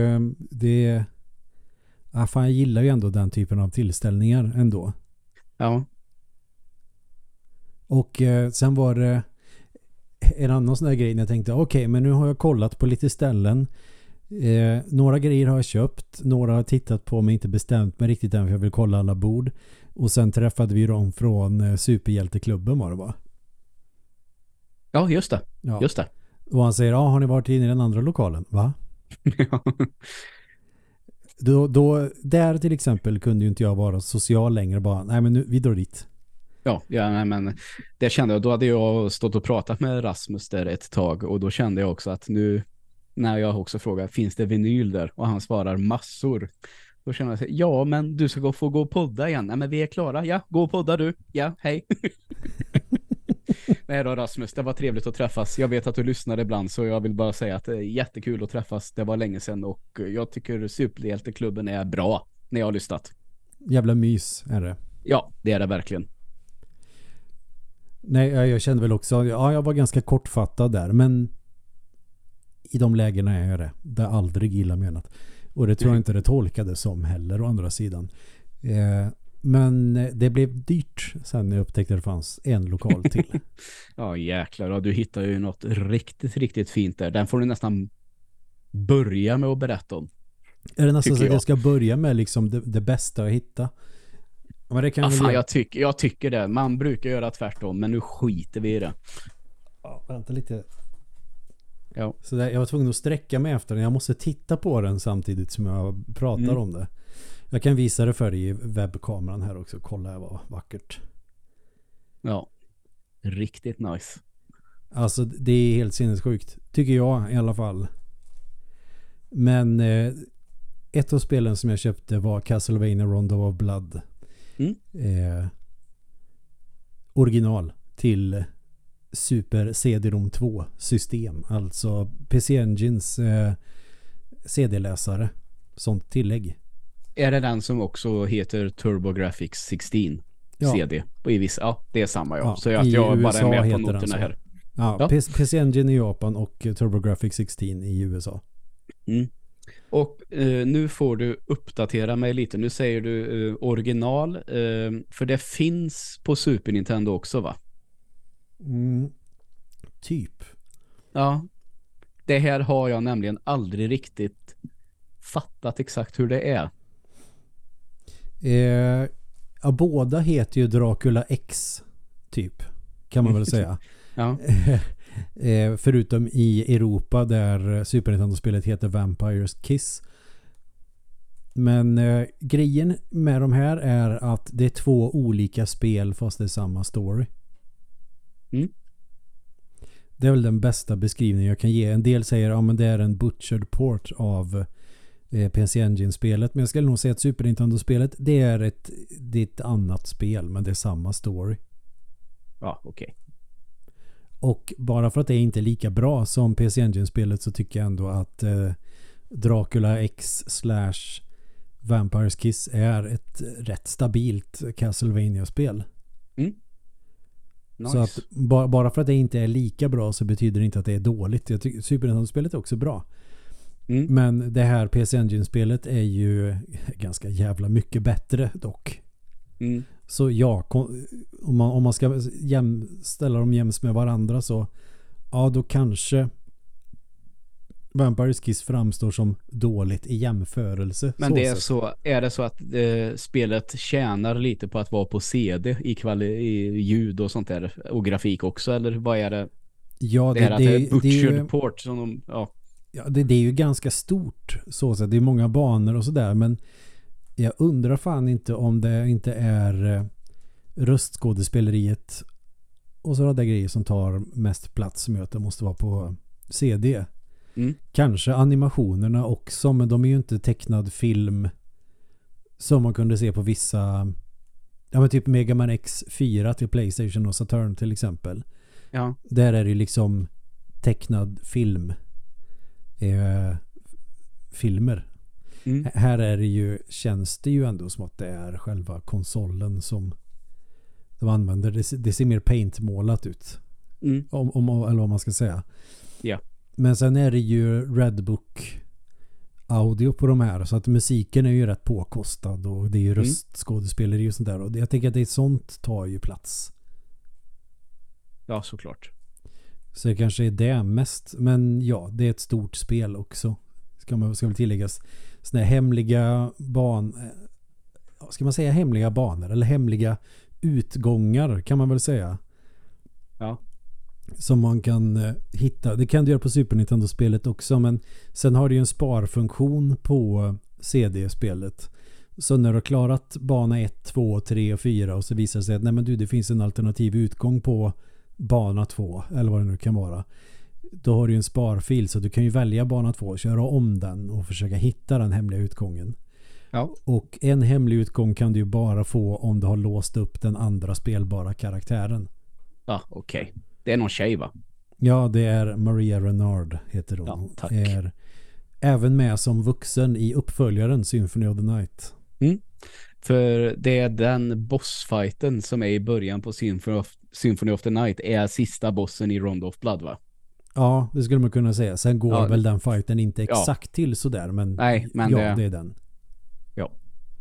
jag gillar ju ändå den typen av tillställningar ändå. Ja. Och sen var det en annan sån där grej när jag tänkte okej, men nu har jag kollat på lite ställen. Några grejer har jag köpt, några har tittat på men inte bestämt mig riktigt än för jag vill kolla alla bord. Och sen träffade vi dem från Superhjälteklubben var det, va? Ja, just det. Ja. Just det. Och han säger, har ni varit inne i den andra lokalen? Va? Då, där till exempel kunde ju inte jag vara social längre. Bara, nej men nu, vi drar dit. Ja, men det kände jag. Då hade jag stått och pratat med Rasmus där ett tag. Och då kände jag också att nu, när jag också frågar, finns det vinyl där? Och han svarar massor. Då känner jag, ja men du ska få gå och podda igen. Nej men vi är klara. Ja, gå och podda du. Ja, hej. Nej då Rasmus, det var trevligt att träffas. Jag vet att du lyssnar ibland, så jag vill bara säga att det är jättekul att träffas. Det var länge sedan och jag tycker Superhjälteklubben är bra när jag har lyssnat. Jävla mys är det. Ja, det är det verkligen. Nej, jag kände väl också, jag var ganska kortfattad där, men i de lägena är det. Det är aldrig illa menat. Och det tror jag inte det tolkades som heller å andra sidan. Men det blev dyrt sen när jag upptäckte att det fanns en lokal till. Ja, jäklar. Ja, du hittar ju något riktigt, riktigt fint där. Den får du nästan börja med att berätta om. Är det nästan så att jag ska börja med liksom det bästa att hitta? Men det kan jag tycker det. Man brukar göra tvärtom, men nu skiter vi i det. Ja, vänta lite. Ja. Så där, jag var tvungen att sträcka mig efter den. Jag måste titta på den samtidigt som jag pratar om det. Jag kan visa det för dig i webbkameran här också. Kolla vad vackert. Ja, riktigt nice. Alltså det är helt sinnessjukt. Tycker jag i alla fall. Men ett av spelen som jag köpte var Castlevania Rondo of Blood. Original till Super CD-ROM 2 system. Alltså PC Engines CD-läsare. Sånt tillägg. Är det den som också heter TurboGrafx 16 CD? Och i vissa, ja, det är samma ja. Så att jag bara är med på noterna här. Ja. PC Engine i Japan och TurboGrafx 16 i USA. Och nu får du uppdatera mig lite. Nu säger du original. För det finns på Super Nintendo också, va? Typ. Ja. Det här har jag nämligen aldrig riktigt fattat exakt hur det är. Båda heter ju Dracula X typ, kan man väl säga. Ja. Förutom i Europa där Super Nintendo-spelet heter Vampire's Kiss. Men grejen med de här är att det är 2 olika spel fast det är samma story. Det är väl den bästa beskrivningen jag kan ge. En del säger men det är en butchered port av PC Engine-spelet. Men jag skulle nog säga att Super Nintendo-spelet det är ett annat spel men det är samma story. Ja, okej. Och bara för att det inte är lika bra som PC Engine-spelet så tycker jag ändå att Dracula X / Vampire's Kiss är ett rätt stabilt Castlevania-spel. Nice. Så att bara för att det inte är lika bra så betyder det inte att det är dåligt. Jag tycker Super Nintendo-spelet är också bra. Men det här PC Engine-spelet är ju ganska jävla mycket bättre dock. Så ja, om man ska ställa dem jäms med varandra så då kanske Vampire's Kiss framstår som dåligt i jämförelse. Men är det så att spelet tjänar lite på att vara på CD i ljud och sånt där och grafik också, eller vad är det? Ja, det är butchered port som de, Ja, det är ju ganska stort så att det är många banor och sådär, men jag undrar fan inte om det inte är röstskådespeleriet och sådana där grejer som tar mest plats som gör att det måste vara på CD. Kanske animationerna också, men de är ju inte tecknad film som man kunde se på vissa typ Mega Man X4 till PlayStation och Saturn till exempel. Ja. Där är det liksom tecknad film filmer. Här är det ju, känns det ju ändå som att det är själva konsolen som de använder. Det ser mer paintmålat ut. Eller vad man ska säga. Ja. Men sen är det ju Redbook audio på de här, så att musiken är ju rätt påkostad och det är ju röstskådespeleri och sånt där, och jag tänker att det är sånt tar ju plats. Ja, såklart. Så det kanske är det mest, men ja, det är ett stort spel också. Ska väl tilläggas. Såna här hemliga ska man säga hemliga banor eller hemliga utgångar kan man väl säga. Ja. Som man kan hitta. Det kan du göra på Super Nintendo-spelet också, men sen har du ju en sparfunktion på CD-spelet. Så när du har klarat bana 1, 2, 3 och 4 och så visar det sig att nej men det finns en alternativ utgång på bana 2 eller vad det nu kan vara. Då har du en sparfil så du kan ju välja bana 2 och köra om den och försöka hitta den hemliga utgången. Ja. Och en hemlig utgång kan du ju bara få om du har låst upp den andra spelbara karaktären. Ja, okej. Det är någon tjej, va? Ja, det är Maria Renard heter hon. Ja, tack. Är även med som vuxen i uppföljaren Symphony of the Night. För det är den bossfighten som är i början på Symphony of the Night är sista bossen i Round of Blood, va? Ja, det skulle man kunna säga. Sen går väl den fighten inte exakt till sådär, men, det är den. Ja.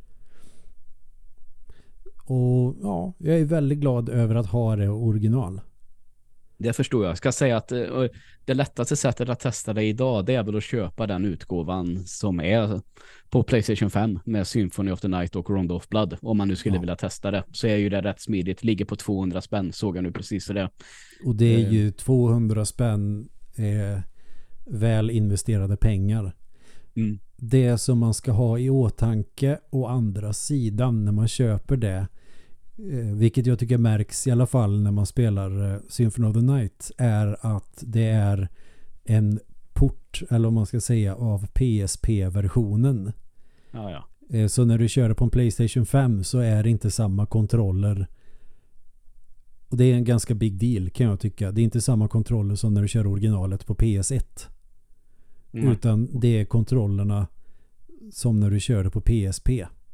Och ja, jag är väldigt glad över att ha det original. Det förstår jag. Jag ska säga att det lättaste sättet att testa det idag, det är väl att köpa den utgåvan som är på PlayStation 5 med Symphony of the Night och Round of Blood. Om man nu skulle vilja testa det, så är ju det rätt smidigt. Ligger på 200 spänn, såg jag nu precis det. Och det är ju 200 spänn väl investerade pengar. Det som man ska ha i åtanke å andra sidan när man köper det, vilket jag tycker märks i alla fall när man spelar Symphony of the Night, är att det är en port, eller om man ska säga, av PSP-versionen. Ja. Så när du kör på en PlayStation 5 så är det inte samma kontroller. Och det är en ganska big deal kan jag tycka. Det är inte samma kontroller som när du kör originalet på PS1. Utan det är kontrollerna som när du kör det på PSP.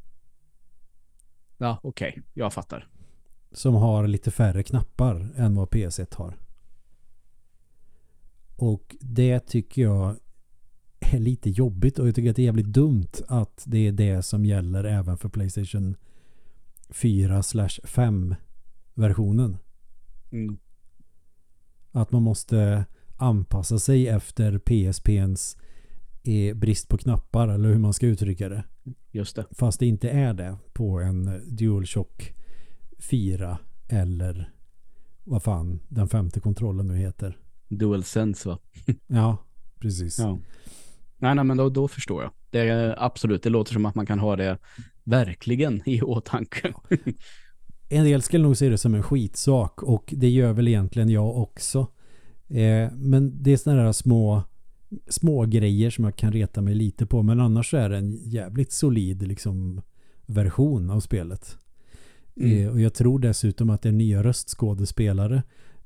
Ja, okej. Jag fattar. Som har lite färre knappar än vad PS1 har. Och det tycker jag är lite jobbigt, och jag tycker att det är jävligt dumt att det är det som gäller även för PlayStation 4/5 versionen. Att man måste anpassa sig efter PSP:ns brist på knappar, eller hur man ska uttrycka det. Just det. Fast det inte är det på en DualShock 4 eller vad fan den femte kontrollen nu heter. DualSense va? Ja, precis. Ja. Nej, men då förstår jag. Det är absolut, det låter som att man kan ha det verkligen i åtanke. En del skulle nog se det som en skitsak och det gör väl egentligen jag också. Men det är sådana där små grejer som jag kan reta mig lite på, men annars är det en jävligt solid liksom version av spelet. Och jag tror dessutom att det är nya röstskådespelare.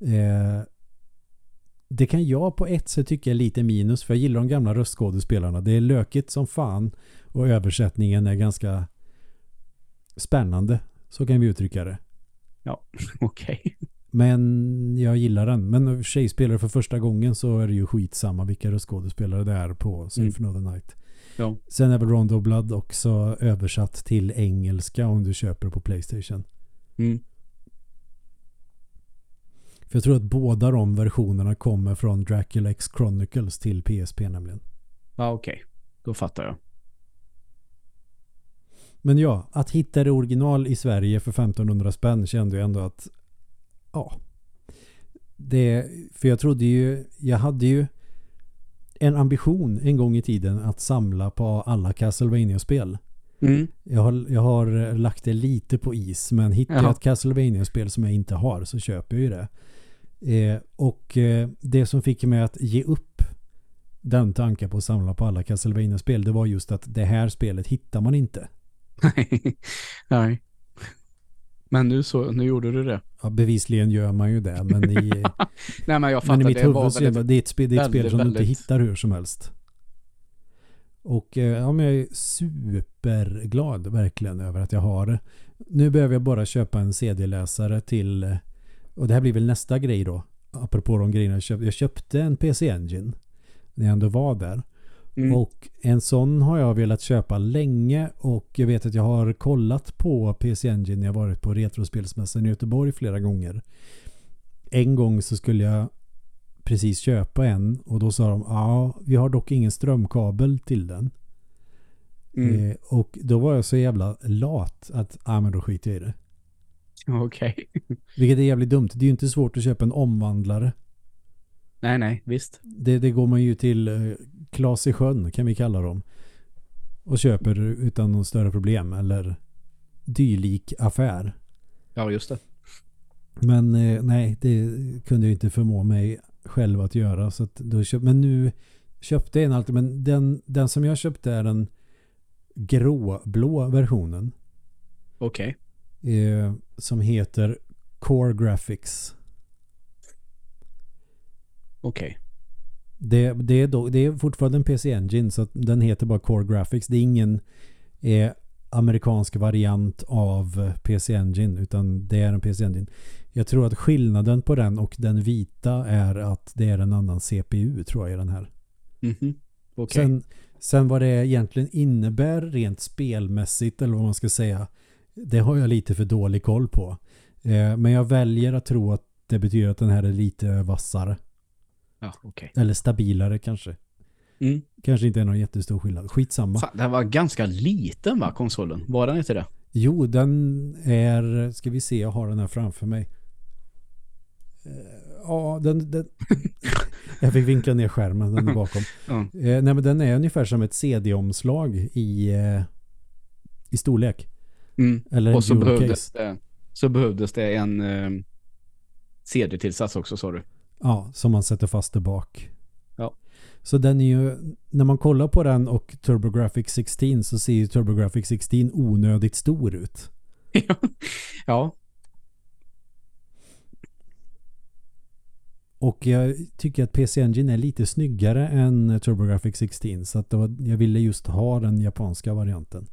Det kan jag på ett sätt tycka är lite minus, för jag gillar de gamla röstskådespelarna. Det är lökigt som fan och översättningen är ganska spännande. Så kan vi uttrycka det. Ja, okej. Men jag gillar den. Men tjejspelare för första gången så är det ju skitsamma vilka röstskådespelare det är på Symphony of the Night. Ja. Sen är väl Rondo Blood också översatt till engelska om du köper på PlayStation. För jag tror att båda de versionerna kommer från Dracula X Chronicles till PSP nämligen. Ja, okej. Då fattar jag. Men ja, att hitta det original i Sverige för 1500 spänn kände jag ändå att för jag trodde ju, jag hade ju en ambition en gång i tiden att samla på alla Castlevania-spel. Jag har lagt det lite på is, men hittar jag ett Castlevania-spel som jag inte har så köper jag ju det. Och det som fick mig att ge upp den tanken på att samla på alla Castlevania-spel, det var just att det här spelet hittar man inte. Nej. Men nu gjorde du det. Ja, bevisligen gör man ju det, men Nej, men jag fattar, men i mitt det var huvud så väldigt, det är ett spel som du inte väldigt... hittar hur som helst. Och men jag är superglad verkligen över att jag har det. Nu behöver jag bara köpa en CD-läsare till, och det här blir väl nästa grej då, apropå de grejerna jag köpte en PC Engine när jag ändå var där. Och en sån har jag velat köpa länge, och jag vet att jag har kollat på PC Engine när jag varit på Retrospelsmässan i Göteborg flera gånger. En gång så skulle jag precis köpa en, och då sa de, vi har dock ingen strömkabel till den. Och då var jag så jävla lat att, men då skiter jag i det. Okej. Vilket är jävligt dumt. Det är ju inte svårt att köpa en omvandlare. Nej, visst. Det går man ju till Klas i sjön, kan vi kalla dem. Och köper utan någon större problem, eller dylik affär. Ja, just det. Men nej, det kunde jag inte förmå mig själv att göra. Så att men nu köpte jag en alltid. Men den som jag köpte är den gråblå versionen. Okej. Som heter Core Graphics. Okej. Det är fortfarande en PC Engine, så att den heter bara Core Graphics. Det är ingen amerikansk variant av PC Engine, utan det är en PC Engine. Jag tror att skillnaden på den och den vita är att det är en annan CPU, tror jag, i den här. Okay. Sen vad det egentligen innebär rent spelmässigt, eller vad man ska säga, det har jag lite för dålig koll på. Men jag väljer att tro att det betyder att den här är lite vassare. Ja, okay. Eller stabilare kanske. Kanske inte är någon jättestor skillnad. Skitsamma. Fan, den var ganska liten, va, konsolen? Var den inte det? Jo, den är... Ska vi se, jag har den här framför mig. Ja, den jag fick vinkla ner skärmen, den är bakom. Nej, men den är ungefär som ett CD-omslag i storlek. Eller och så behövdes det en CD-tillsats också, sa du. Ja, som man sätter fast där bak. Ja. Så den är ju, när man kollar på den och TurboGrafx 16, så ser ju TurboGrafx 16 onödigt stor ut. Ja. Och jag tycker att PC Engine är lite snyggare än TurboGrafx 16, så att jag ville just ha den japanska varianten.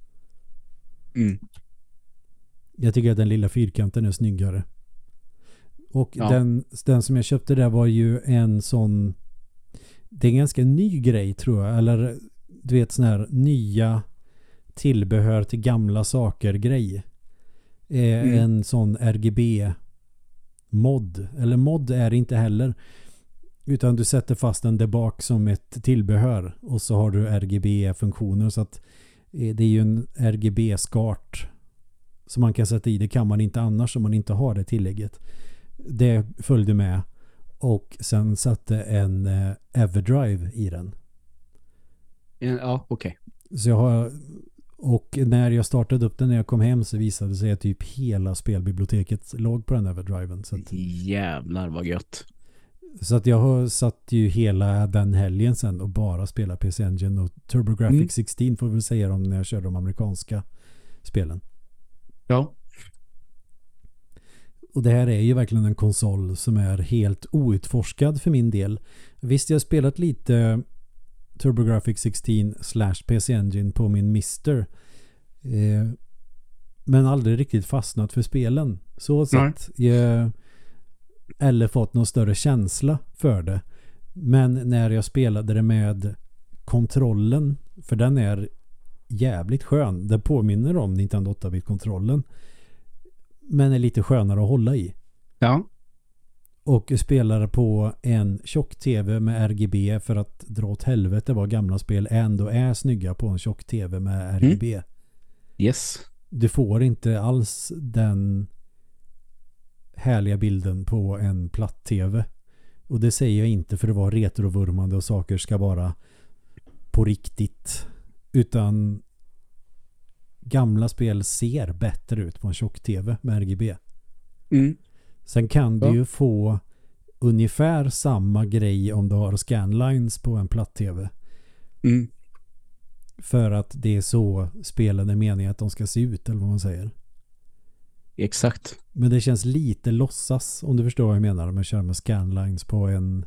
Jag tycker att den lilla fyrkanten är snyggare. Och den som jag köpte där var ju en sån, det är en ganska ny grej, tror jag, eller du vet, sån här nya tillbehör till gamla saker grej. En sån RGB mod, eller mod är det inte heller, utan du sätter fast den där bak som ett tillbehör, och så har du RGB-funktioner, så att det är ju en RGB-skart som man kan sätta i. Det kan man inte annars om man inte har det tillägget. Det följde med, och sen satte en Everdrive i den. Ja, okej. Så jag har, och när jag startade upp den när jag kom hem så visade det sig att typ hela spelbiblioteket låg på den Everdriven. Jävlar vad gött. Så att jag har satt ju hela den helgen sen och bara spela PC Engine och TurboGrafx 16 får vi väl säga om när jag kör de amerikanska spelen. Ja. Och det här är ju verkligen en konsol som är helt outforskad för min del. Visst, jag har spelat lite TurboGrafx 16/PC Engine på min Mister. Men aldrig riktigt fastnat för spelen. Så att eller fått någon större känsla för det. Men när jag spelade det med kontrollen, för den är jävligt skön. Det påminner om Nintendo 8-bit-kontrollen. Men är lite skönare att hålla i. Ja. Och spelar på en tjock-tv med RGB för att dra åt helvete vad gamla spel ändå är snygga på en tjock-tv med RGB. Yes. Du får inte alls den härliga bilden på en platt-tv. Och det säger jag inte för att vara retrovurmande och saker ska vara på riktigt. Utan gamla spel ser bättre ut på en tjock-tv med RGB. Sen kan du ju få ungefär samma grej om du har scanlines på en platt-tv. För att det är så spelen är meningen att de ska se ut, eller vad man säger. Exakt. Men det känns lite låtsas, om du förstår vad jag menar, om jag kör med scanlines på en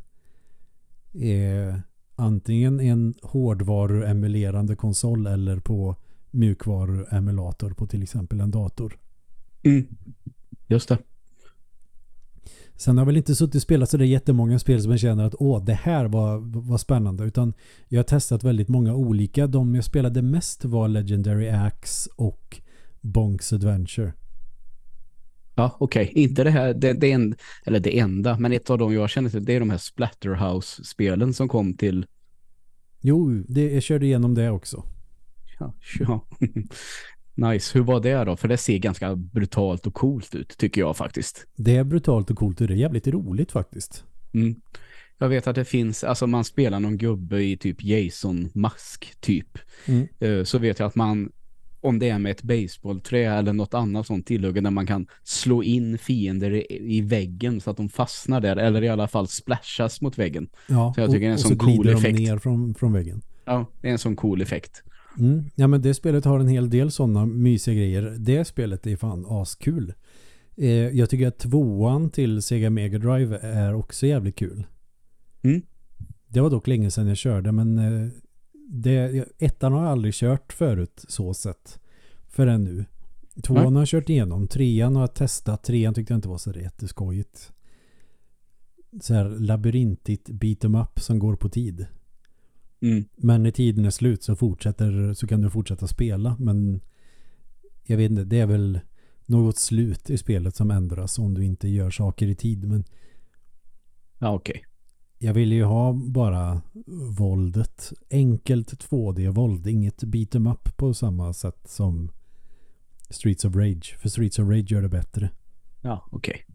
antingen en hårdvaru-emulerande konsol eller på mjukvaru-emulator på till exempel en dator. Just det. Sen har jag väl inte suttit och spelat så det är jättemånga spel som jag känner att det här var spännande, utan jag har testat väldigt många olika. De jag spelade mest var Legendary Axe och Bonk's Adventure. Ja, okej. Inte det här, det enda, men ett av dem jag känner till, det är de här Splatterhouse-spelen som kom till... Jo, jag körde igenom det också. Ja. Nice. Hur var det då? För det ser ganska brutalt och coolt ut, tycker jag faktiskt. Det är brutalt och coolt och det är jävligt roligt faktiskt. Jag vet att det finns, alltså man spelar någon gubbe i typ Jason-mask typ. Så vet jag att man, om det är med ett baseballträ eller något annat sånt tillhugg där man kan slå in fiender i väggen så att de fastnar där, eller i alla fall splashas mot väggen. Ja, så jag tycker det är en sån så cool effekt. Ner från väggen. Ja, det är en sån cool effekt. Ja, men det spelet har en hel del sådana mysiga grejer. Det spelet är fan askul. Jag tycker att 2:an till Sega Mega Drive är också jävligt kul. Det var dock länge sedan jag körde, men 1:an har jag aldrig kört förut så sett förrän nu. 2:an har jag kört igenom, 3:an har jag testat, 3:an tyckte jag inte var så jätteskojigt. Så här labyrintigt beat 'em up som går på tid. Men när tiden är slut så kan du fortsätta spela, men jag vet inte, det är väl något slut i spelet som ändras om du inte gör saker i tid, men ja, okej. Jag ville ju ha bara våldet, enkelt 2D-våld, inget beat 'em up på samma sätt som Streets of Rage, för Streets of Rage gör det bättre. Ja, okej.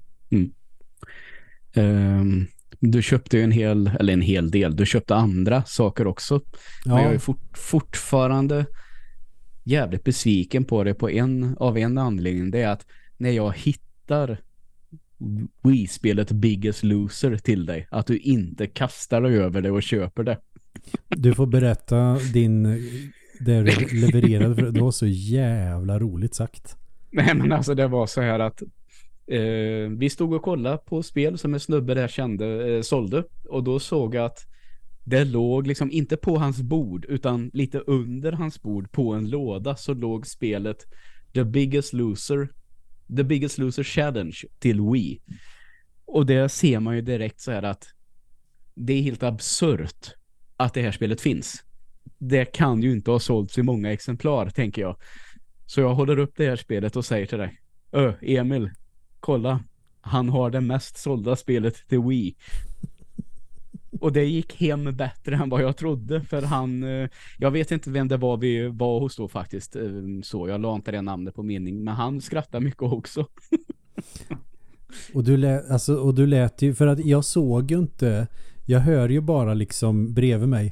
Du köpte ju en hel del. Du köpte andra saker också. Ja. Men jag är fortfarande jävligt besviken på det av en anledning. Det är att när jag hittar Wii-spelet Biggest Loser till dig, att du inte kastar dig över det och köper det. Du får berätta det du levererade, för det var så jävla roligt sagt. Nej, men alltså det var så här att vi stod och kollade på spel som en snubbe där sålde, och då såg jag att det låg liksom inte på hans bord utan lite under hans bord på en låda, så låg spelet The Biggest Loser Challenge till Wii. Och det ser man ju direkt så här att det är helt absurt att det här spelet finns. Det kan ju inte ha sålts i många exemplar, tänker jag. Så jag håller upp det här spelet och säger till dig: Emil, kolla, han har det mest sålda spelet till Wii. Och det gick hem bättre än vad jag trodde, för jag vet inte vem det var vi var hos då faktiskt, så jag la inte det namnet på mening, men han skrattade mycket också. Och du lät ju, för att jag såg ju inte, jag hör ju bara liksom bredvid mig.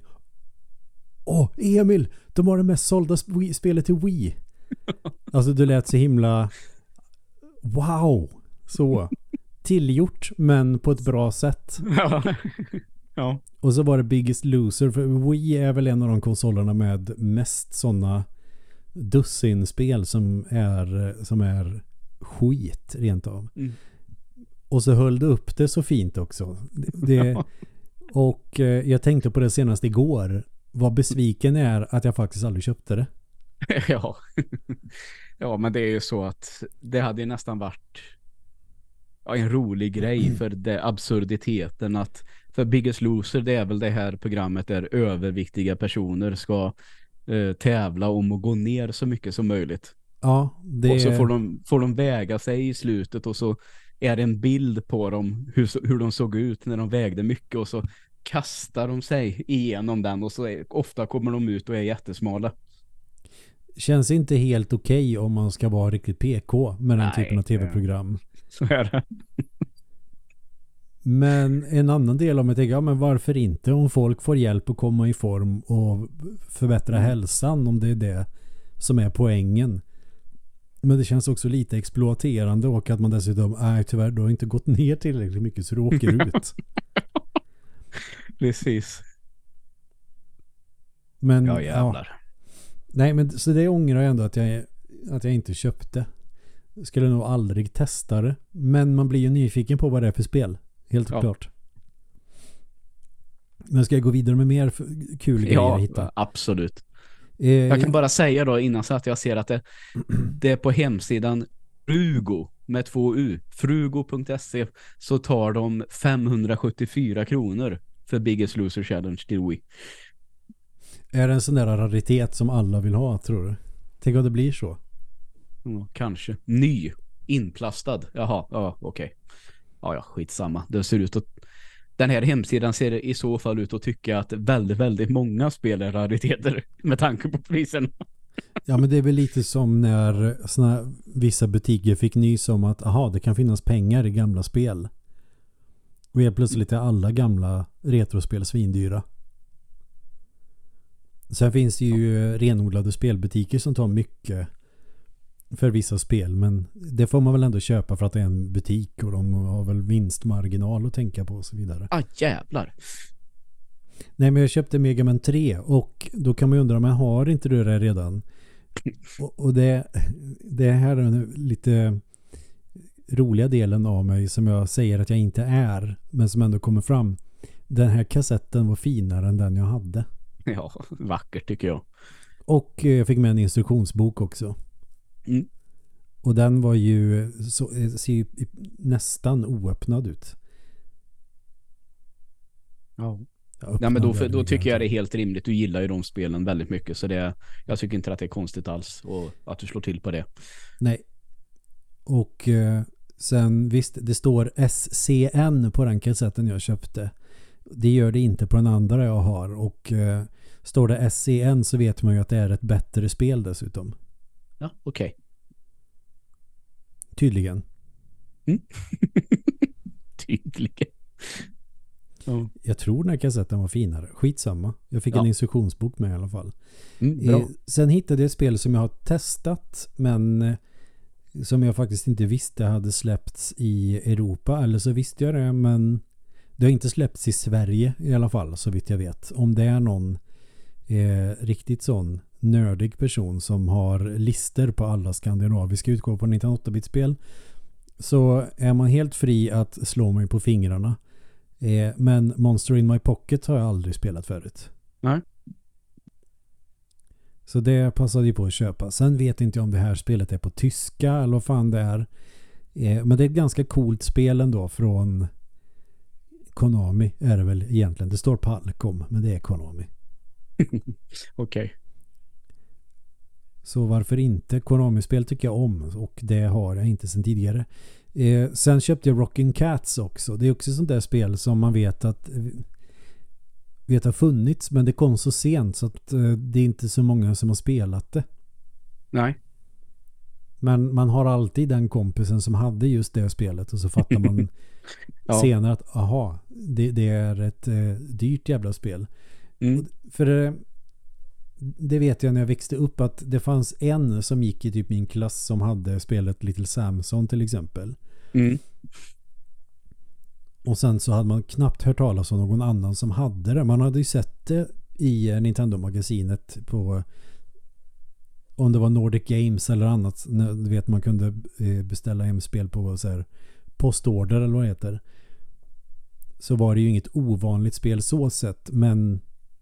Emil, de har det mest sålda spelet till Wii. Alltså du lät så himla wow, så tillgjort men på ett bra sätt. Ja. Och så var det Biggest Loser, för Wii är väl en av de konsolerna med mest sådana dussinspel som är skit rent av. Mm. Och så höll du upp det så fint också. Och jag tänkte på det senast igår. Vad besviken är att jag faktiskt aldrig köpte det. Ja. Ja, men det är ju så att det hade ju nästan varit en rolig grej för det absurditeten att för Biggest Loser, det är väl det här programmet där överviktiga personer ska tävla om att gå ner så mycket som möjligt. Ja, och så får de väga sig i slutet och så är det en bild på dem hur de såg ut när de vägde mycket och så kastar de sig igenom den och så ofta kommer de ut och är jättesmala. Känns inte helt okej om man ska vara riktigt PK med den typen av tv-program. Så är det. Men en annan del av mig tänker, men varför inte om folk får hjälp att komma i form och förbättra hälsan, om det är det som är poängen. Men det känns också lite exploaterande och att man dessutom, tyvärr, du har inte gått ner tillräckligt mycket så du åker ut. Precis. Men, ja, jävlar. Ja. Nej, men så det ångrar jag ändå att jag inte köpte. Jag skulle nog aldrig testa det. Men man blir ju nyfiken på vad det är för spel. Helt klart. Men ska jag gå vidare med mer kul grejer jag hittar? Ja, absolut. Jag kan bara säga då innan så att jag ser att det är på hemsidan Frugo med 2U, frugo.se, så tar de 574 kronor för Biggest Loser Challenge till Wii. Är det en sån där raritet som alla vill ha, tror du? Tänk om det blir så. Kanske. Ny. Inplastad. Jaha, ja, okej. Ja, skitsamma. Det ser ut att den här hemsidan ser i så fall ut att tycka att väldigt, väldigt många spel är rariteter med tanke på prisen. Ja, men det är väl lite som när vissa butiker fick nys om att det kan finnas pengar i gamla spel. Och helt plötsligt är alla gamla retrospel svindyra. Sen finns det ju renodlade spelbutiker som tar mycket för vissa spel, men det får man väl ändå köpa för att det är en butik och de har väl vinstmarginal att tänka på och så vidare. Jävlar. Nej, men jag köpte Mega Man 3 och då kan man ju undra, men har inte du det redan? Och det här är den lite roliga delen av mig som jag säger att jag inte är, men som ändå kommer fram. Den här kassetten var finare än den jag hade. Ja, vackert tycker jag. Och jag fick med en instruktionsbok också. Mm. Och den var ju ser ju nästan oöppnad ut. Ja. Nej, men då tycker jag det är helt rimligt. Du gillar ju de spelen väldigt mycket, så jag tycker inte att det är konstigt alls och att du slår till på det. Nej. Och sen visst, det står SCN på den kassetten jag köpte. Det gör det inte på den andra jag har, och står det SCN så vet man ju att det är ett bättre spel dessutom. Ja, okej. Tydligen. Mm. Tydligen. Oh. Jag tror den här kassetten var finare. Skitsamma. Jag fick en instruktionsbok med i alla fall. Bra. Sen hittade jag ett spel som jag har testat, men som jag faktiskt inte visste hade släppts i Europa. Eller så visste jag det, men det har inte släppts i Sverige i alla fall, så vitt jag vet. Om det är någon riktigt sån nördig person som har lister på alla skandinaviska utgåvor på 1908-bitspel, så är man helt fri att slå mig på fingrarna. Men Monster in My Pocket har jag aldrig spelat förut. Nej. Så det passade ju på att köpa. Sen vet inte jag om det här spelet är på tyska eller vad fan det är. Men det är ett ganska coolt spel ändå från Konami är det väl egentligen. Det står Palcom, men det är Konami. Okej. Så varför inte? Konami-spel tycker jag om, och det har jag inte sedan tidigare. Sen köpte jag Rockin' Cats också. Det är också sånt där spel som man vet har funnits, men det kom så sent så att det är inte så många som har spelat det. Nej. Men man har alltid den kompisen som hade just det spelet och så fattar man senare att aha, det är ett dyrt jävla spel. För det vet jag när jag växte upp att det fanns en som gick i typ min klass som hade spelet Little Samson till exempel. Och sen så hade man knappt hört talas om någon annan som hade det. Man hade ju sett det i Nintendo-magasinet på, om det var Nordic Games eller annat, du vet man kunde beställa hem spel på så här postorder eller vad det heter. Så var det ju inget ovanligt spel så sett, men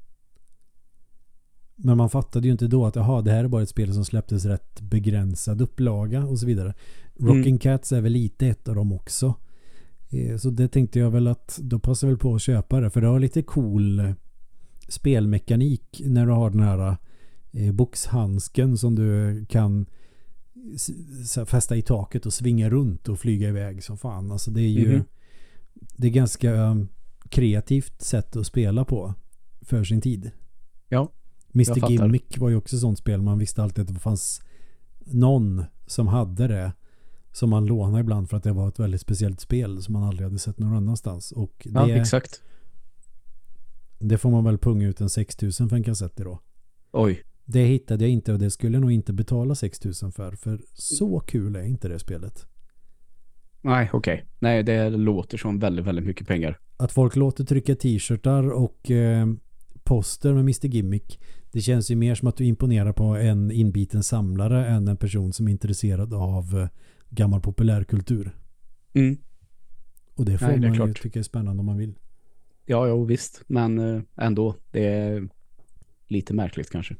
man fattade ju inte då att det här är bara ett spel som släpptes rätt begränsad upplaga och så vidare. Rocking Cats är väl lite ett av dem också. Så det tänkte jag väl att då passar väl på att köpa det, för det har lite cool spelmekanik när du har den här boxhandsken som du kan fästa i taket och svinga runt och flyga iväg som fan. Alltså det är ju det är ganska kreativt sätt att spela på för sin tid. Ja. Mr. Gimmick var ju också sånt spel. Man visste alltid att det fanns någon som hade det som man lånade ibland för att det var ett väldigt speciellt spel som man aldrig hade sett någon annanstans. Och det, exakt. Det får man väl punga ut en 6 000 för en kassett då. Oj. Det hittade jag inte och det skulle jag nog inte betala 6 000 för så kul är inte det spelet. Nej, okej. Nej, det låter som väldigt, väldigt mycket pengar. Att folk låter trycka t-shirtar och poster med Mr. Gimmick, det känns ju mer som att du imponerar på en inbiten samlare än en person som är intresserad av gammal populärkultur. Och det får man ju tycka är spännande om man vill. Ja, visst. Men ändå, det är lite märkligt kanske.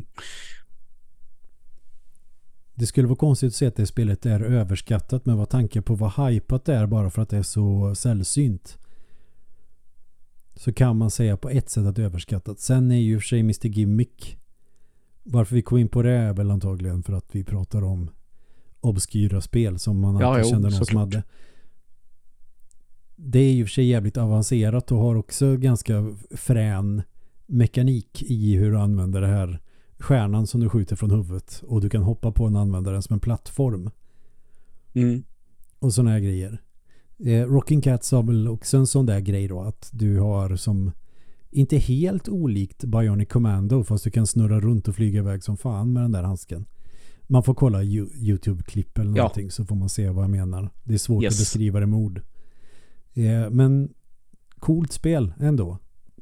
Det skulle vara konstigt att se att det spelet är överskattat, men vad tanken på vad hypat det är bara för att det är så sällsynt. Så kan man säga på ett sätt att det är överskattat. Sen är ju för sig Mr. Gimmick, varför vi kom in på det är väl antagligen för att vi pratar om obskyra spel som man alltid kände någon som hade. Det är ju för sig jävligt avancerat och har också ganska frän mekanik i hur du använder det här stjärnan som du skjuter från huvudet och du kan hoppa på en användare som en plattform. Och såna här grejer. Rocking Cats har väl också en sån där grej då, att du har som inte helt olikt Bionic Commando, fast du kan snurra runt och flyga iväg som fan med den där handsken. Man får kolla YouTube-klipp eller någonting så får man se vad jag menar. Det är svårt att beskriva det med ord. Men coolt spel ändå.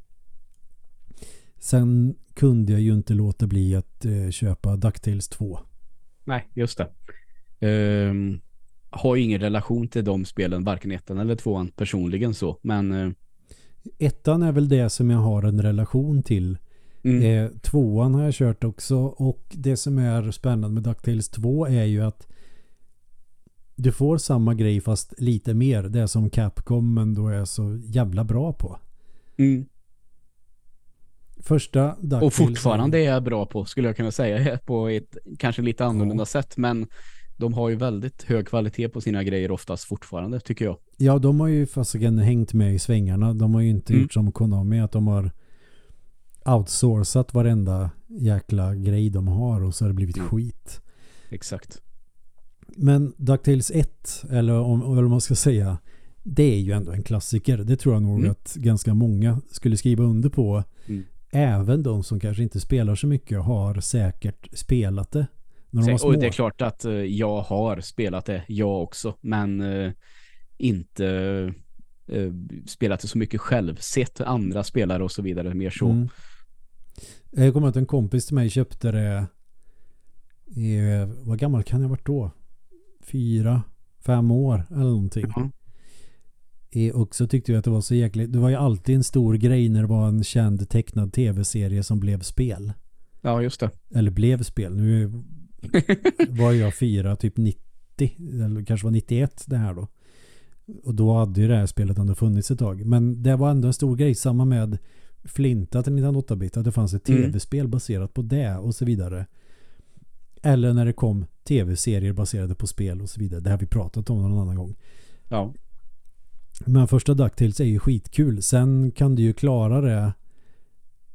Sen kunde jag ju inte låta bli att köpa DuckTales 2. Nej, just det. Har ju ingen relation till de spelen, varken ettan eller tvåan personligen så, men ettan är väl det som jag har en relation till. Tvåan har jag kört också, och det som är spännande med DuckTales 2 är ju att du får samma grej fast lite mer. Det som Capcom ändå är så jävla bra på. Första DuckTales och fortfarande är jag bra på, skulle jag kunna säga, på ett kanske lite annorlunda sätt, men de har ju väldigt hög kvalitet på sina grejer oftast fortfarande, tycker jag. Ja, de har ju fastligen hängt med i svängarna. De har ju inte gjort som Konami, att de har outsourcat varenda jäkla grej de har och så har det blivit skit. Exakt. Men DuckTales 1, eller om man ska säga, det är ju ändå en klassiker. Det tror jag nog att ganska många skulle skriva under på. Även de som kanske inte spelar så mycket har säkert spelat det. Och det är klart att jag har spelat det, jag också, men inte spelat det så mycket själv. Sett andra spelare och så vidare, mer så. Jag kommer att en kompis till mig köpte det vad gammal kan jag ha varit då? 4-5 år eller någonting. Och så tyckte jag att det var så jäkligt. Det var ju alltid en stor grej när det var en känd tecknad tv-serie som blev spel. Ja, just det. Eller blev spel. Nu var jag 4, typ 90, eller kanske var 91 det här då. Och då hade ju det här spelet ändå funnits ett tag. Men det var ändå en stor grej, samma med Flinta till 1908-bit, att det fanns ett tv-spel baserat på det och så vidare. Eller när det kom tv-serier baserade på spel och så vidare. Det har vi pratat om någon annan gång. Ja. Men första DuckTales är ju skitkul. Sen kan du ju klara det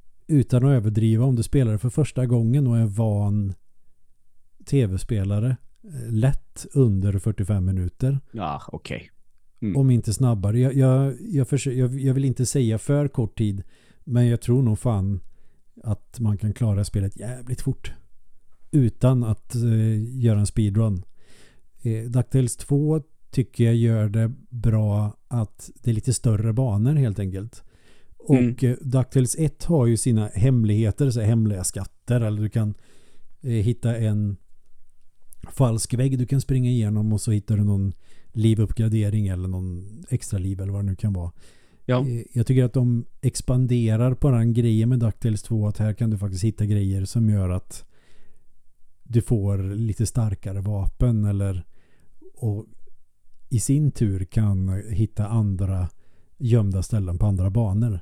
utan att överdriva om du spelar det för första gången och är van tv-spelare. lätt under 45 minuter. Ja, okej. Om inte snabbare. Jag vill inte säga för kort tid, men jag tror nog fan att man kan klara spelet jävligt fort utan att göra en speedrun. DuckTales 2 tycker jag gör det bra att det är lite större banor helt enkelt. Och DuckTales 1 har ju sina hemligheter, så hemliga skatter, eller du kan hitta en falsk vägg du kan springa igenom och så hittar du någon livuppgradering eller någon extra liv eller vad det nu kan vara. Ja. Jag tycker att de expanderar på den grejen med DuckTales 2, att här kan du faktiskt hitta grejer som gör att du får lite starkare vapen eller och i sin tur kan hitta andra gömda ställen på andra banor.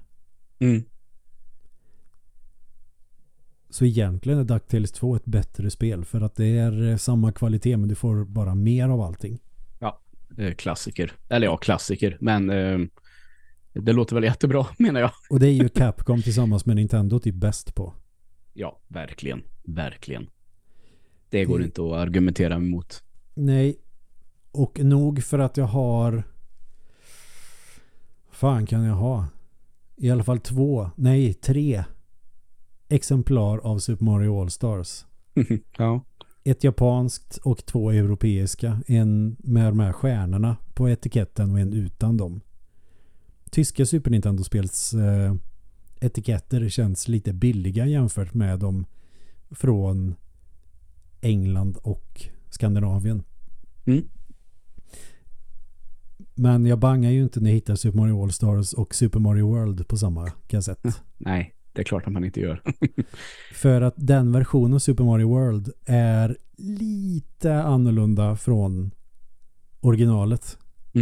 Så egentligen är DuckTales 2 ett bättre spel för att det är samma kvalitet men du får bara mer av allting. Ja, klassiker. Eller ja, klassiker. Men det låter väl jättebra, menar jag. Och det är ju Capcom tillsammans med Nintendo typ bäst på. Ja, verkligen. Verkligen. Det går inte att argumentera emot. Nej. Och nog för att jag har... Fan kan jag ha? I alla fall 3 exemplar av Super Mario All-Stars. Ja. Ett japanskt och 2 europeiska. En med de här stjärnorna på etiketten och en utan dem. Tyska Super Nintendo-spels etiketter känns lite billiga jämfört med dem från England och Skandinavien. Men jag bangar ju inte när jag hittar Super Mario All-Stars och Super Mario World på samma kassett. Nej, det är klart att man inte gör. För att den versionen av Super Mario World är lite annorlunda från originalet.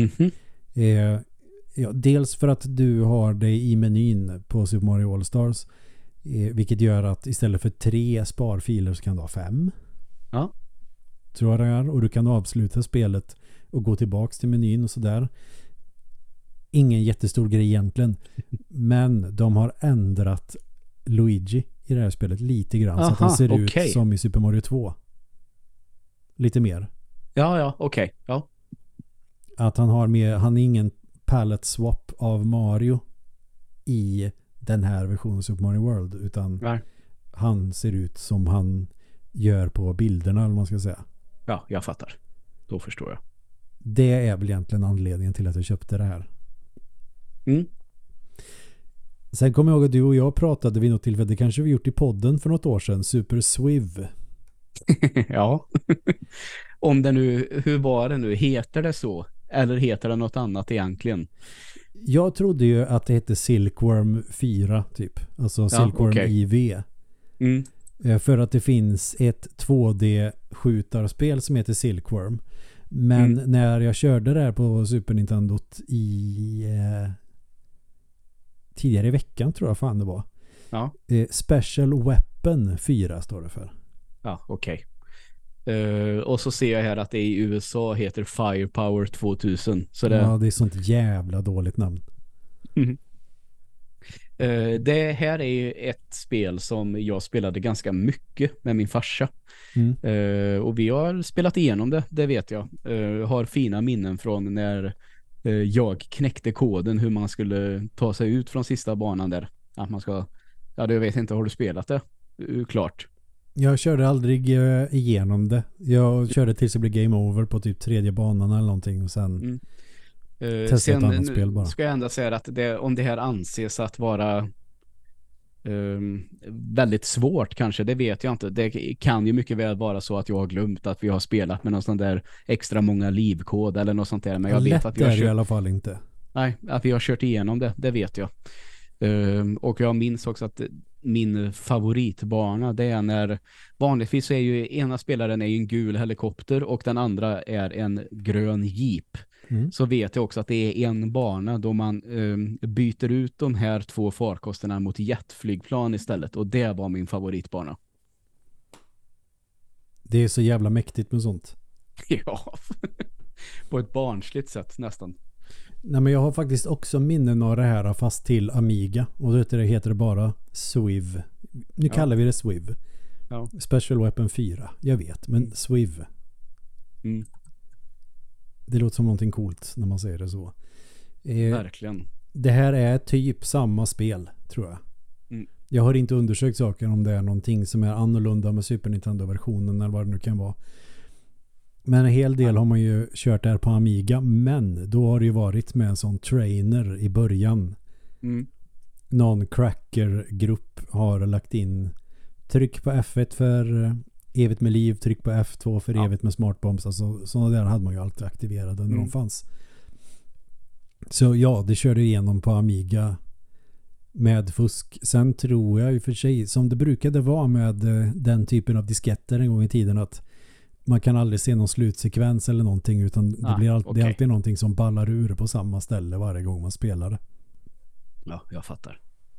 Ja, dels för att du har det i menyn på Super Mario All-Stars, vilket gör att istället för 3 sparfiler så kan du ha 5. Ja. Tror jag det är. Och du kan avsluta spelet och gå tillbaks till menyn och sådär. Ingen jättestor grej egentligen. Men de har ändrat Luigi i det här spelet lite grann. Så att han ser ut som i Super Mario 2. Lite mer. Ja, okej. Ja. Att han har med, han är ingen palette swap av Mario i den här versionen av Super Mario World, utan han ser ut som han gör på bilderna, eller vad man ska säga. Ja, jag fattar. Då förstår jag. Det är väl egentligen anledningen till att jag köpte det här. Sen kommer jag ihåg att du och jag pratade vid något tillfälle, det kanske vi gjort i podden för något år sedan, Super Swiv. Ja. Om det nu, hur var det nu? Heter det så? Eller heter det något annat egentligen? Jag trodde ju att det hette Silkworm 4 typ. Alltså Silkworm IV. För att det finns ett 2D-skjutarspel som heter Silkworm. Men när jag körde det här på Super Nintendo tidigare i veckan tror jag fan det var. Ja. Special Weapon 4 står det för. Ja, okej. Och så ser jag här att det i USA heter Firepower 2000. Så det... Ja, det är sånt jävla dåligt namn. Det här är ju ett spel som jag spelade ganska mycket med min farsa. Och vi har spelat igenom det vet jag. Har fina minnen från när jag knäckte koden hur man skulle ta sig ut från sista banan där. Att man ska... Ja, jag vet inte, har du spelat det? Klart. Jag körde aldrig igenom det. Jag körde tills det blev game over på typ 3:e banan eller någonting och sen testade ett annat spel bara. Ska jag ändå säga att om det här anses att vara väldigt svårt kanske, det vet jag inte. Det kan ju mycket väl vara så att jag har glömt att vi har spelat med någon sån där extra många livkod eller något sånt där. Men jag vet att vi har kört... i alla fall inte. Nej, att vi har kört igenom det vet jag. Och jag minns också att min favoritbana, det är när vanligtvis så är ju ena spelaren är en gul helikopter och den andra är en grön jeep. Så vet jag också att det är en bana då man byter ut de här 2 farkosterna mot jetflygplan istället, och det var min favoritbana. Det är så jävla mäktigt med sånt. Ja, på ett barnsligt sätt nästan. Nej, men jag har faktiskt också minnen av det här fast till Amiga. Och det heter det bara Swiv. Nu kallar vi det Swiv. Ja. Special Weapon 4. Jag vet, men Swiv. Mm. Det låter som någonting coolt när man säger det så. Verkligen. Det här är typ samma spel, tror jag. Mm. Jag har inte undersökt saken om det är någonting som är annorlunda med Super Nintendo-versionen eller vad det nu kan vara. Men en hel del har man ju kört där på Amiga, men då har det ju varit med en sån trainer i början. Mm. Någon cracker-grupp har lagt in tryck på F1 för evigt med liv, tryck på F2 för evigt med smartbombs. Alltså sådana där hade man ju alltid aktiverade när de fanns. Så ja, det körde igenom på Amiga med fusk. Sen tror jag i och för sig, som det brukade vara med den typen av disketter en gång i tiden, att man kan aldrig se någon slutsekvens eller någonting, utan det blir det är alltid någonting som ballar ur på samma ställe varje gång man spelar det. Ja, jag fattar.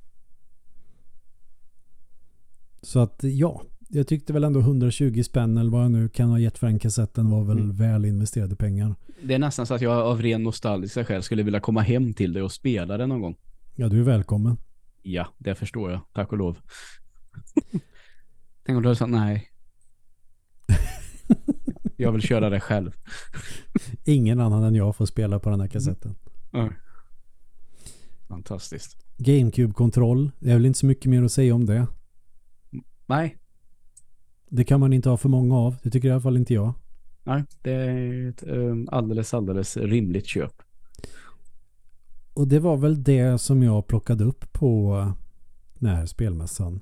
Så att ja, jag tyckte väl ändå 120 spänn eller vad jag nu kan ha gett för en kassetten var väl väl investerade pengar. Det är nästan så att jag av ren nostalgiska skäl skulle vilja komma hem till dig och spela det någon gång. Ja, du är välkommen. Ja, det förstår jag. Tack och lov. Tänk om du hade sagt nej. Jag vill köra det själv. Ingen annan än jag får spela på den här kassetten. Fantastiskt. GameCube-kontroll. Det är väl inte så mycket mer att säga om det. Nej. Det kan man inte ha för många av. Det tycker i alla fall inte jag. Nej, det är ett alldeles rimligt köp. Och det var väl det som jag plockade upp på den här spelmässan.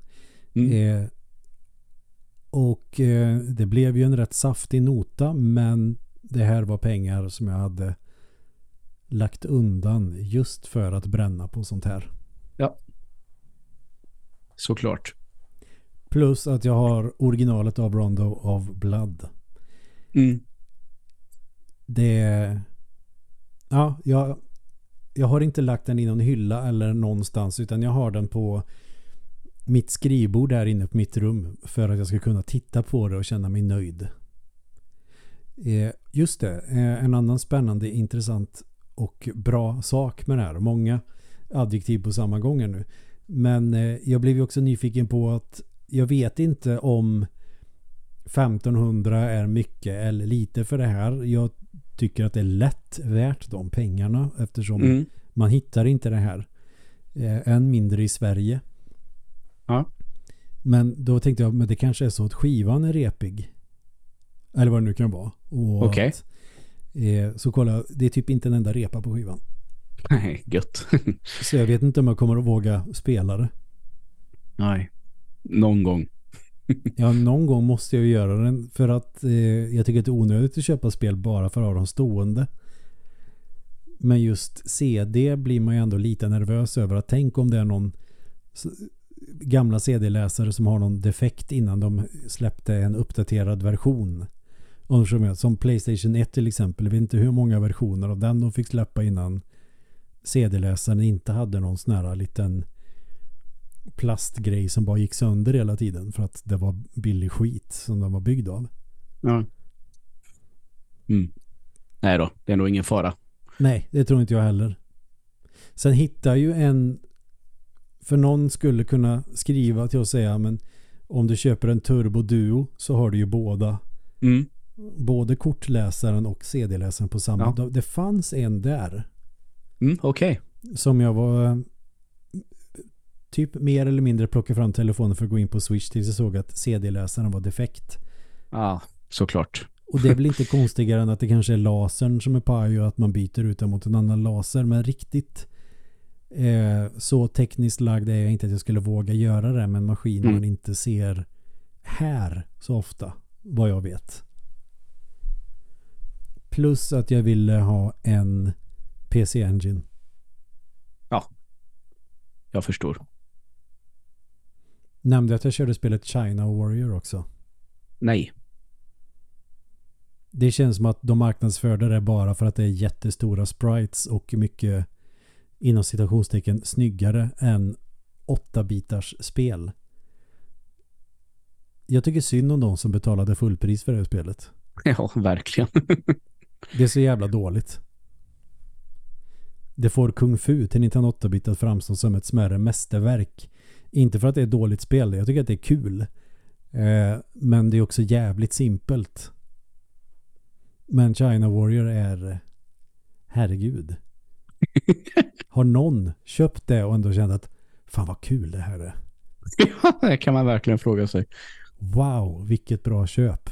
Det blev ju en rätt saftig nota, men det här var pengar som jag hade lagt undan just för att bränna på sånt här. Ja. Såklart. Plus att jag har originalet av Rondo of Blood. Det... Ja, jag har inte lagt den i någon hylla eller någonstans, utan jag har den på mitt skrivbord där inne på mitt rum för att jag ska kunna titta på det och känna mig nöjd. Just det, en annan spännande, intressant och bra sak med det här. Många adjektiv på samma gång nu. Men jag blev ju också nyfiken på att jag vet inte om 1500 är mycket eller lite för det här. Jag tycker att det är lätt värt de pengarna eftersom man hittar inte det här. Än mindre i Sverige. Ja. Men då tänkte jag, men det kanske är så att skivan är repig. Eller vad det nu kan vara. Okej. Så kolla, det är typ inte en enda repa på skivan. Nej, gött. Så jag vet inte om jag kommer att våga spela det. Nej, någon gång. Ja, någon gång måste jag göra den för att jag tycker att det är onödigt att köpa spel bara för att ha dem stående. Men just CD blir man ju ändå lite nervös över att tänk om det är någon gamla CD-läsare som har någon defekt innan de släppte en uppdaterad version. Som PlayStation 1 till exempel. Jag vet inte hur många versioner av den de fick släppa innan CD-läsaren inte hade någon sån här liten plastgrej som bara gick sönder hela tiden för att det var billig skit som den var byggd av. Ja. Nej då, det är nog ingen fara. Nej, det tror inte jag heller. Sen hittar ju för någon skulle kunna skriva till att säga, men om du köper en Turbo Duo så har du ju både kortläsaren och CD-läsaren på samma. Ja. Det fanns en där. Okej. Som jag var typ mer eller mindre plocka fram telefonen för att gå in på Switch tills jag såg att CD-läsaren var defekt. Ja, såklart. Och det är väl inte konstigare än att det kanske är lasern som är paj och att man byter ut den mot en annan laser, men riktigt så tekniskt lagd är jag inte att jag skulle våga göra det med en maskin man inte ser här så ofta, vad jag vet. Plus att jag ville ha en PC Engine. Ja, jag förstår. Nämnde att jag körde spelet China Warrior också? Nej. Det känns som att de marknadsförde det bara för att det är jättestora sprites och mycket inom citationstecken snyggare än 8-bitars spel. Jag tycker synd om de som betalade fullpris för det här spelet. Ja, verkligen. Det är så jävla dåligt. Det får Kung Fu till 1908-bit att framstå som ett smärre mästerverk. Inte för att det är ett dåligt spel. Jag tycker att det är kul. Men det är också jävligt simpelt. Men China Warrior är herregud. Har någon köpt det och ändå känt att fan vad kul det här är? Ja, det kan man verkligen fråga sig. Wow, vilket bra köp.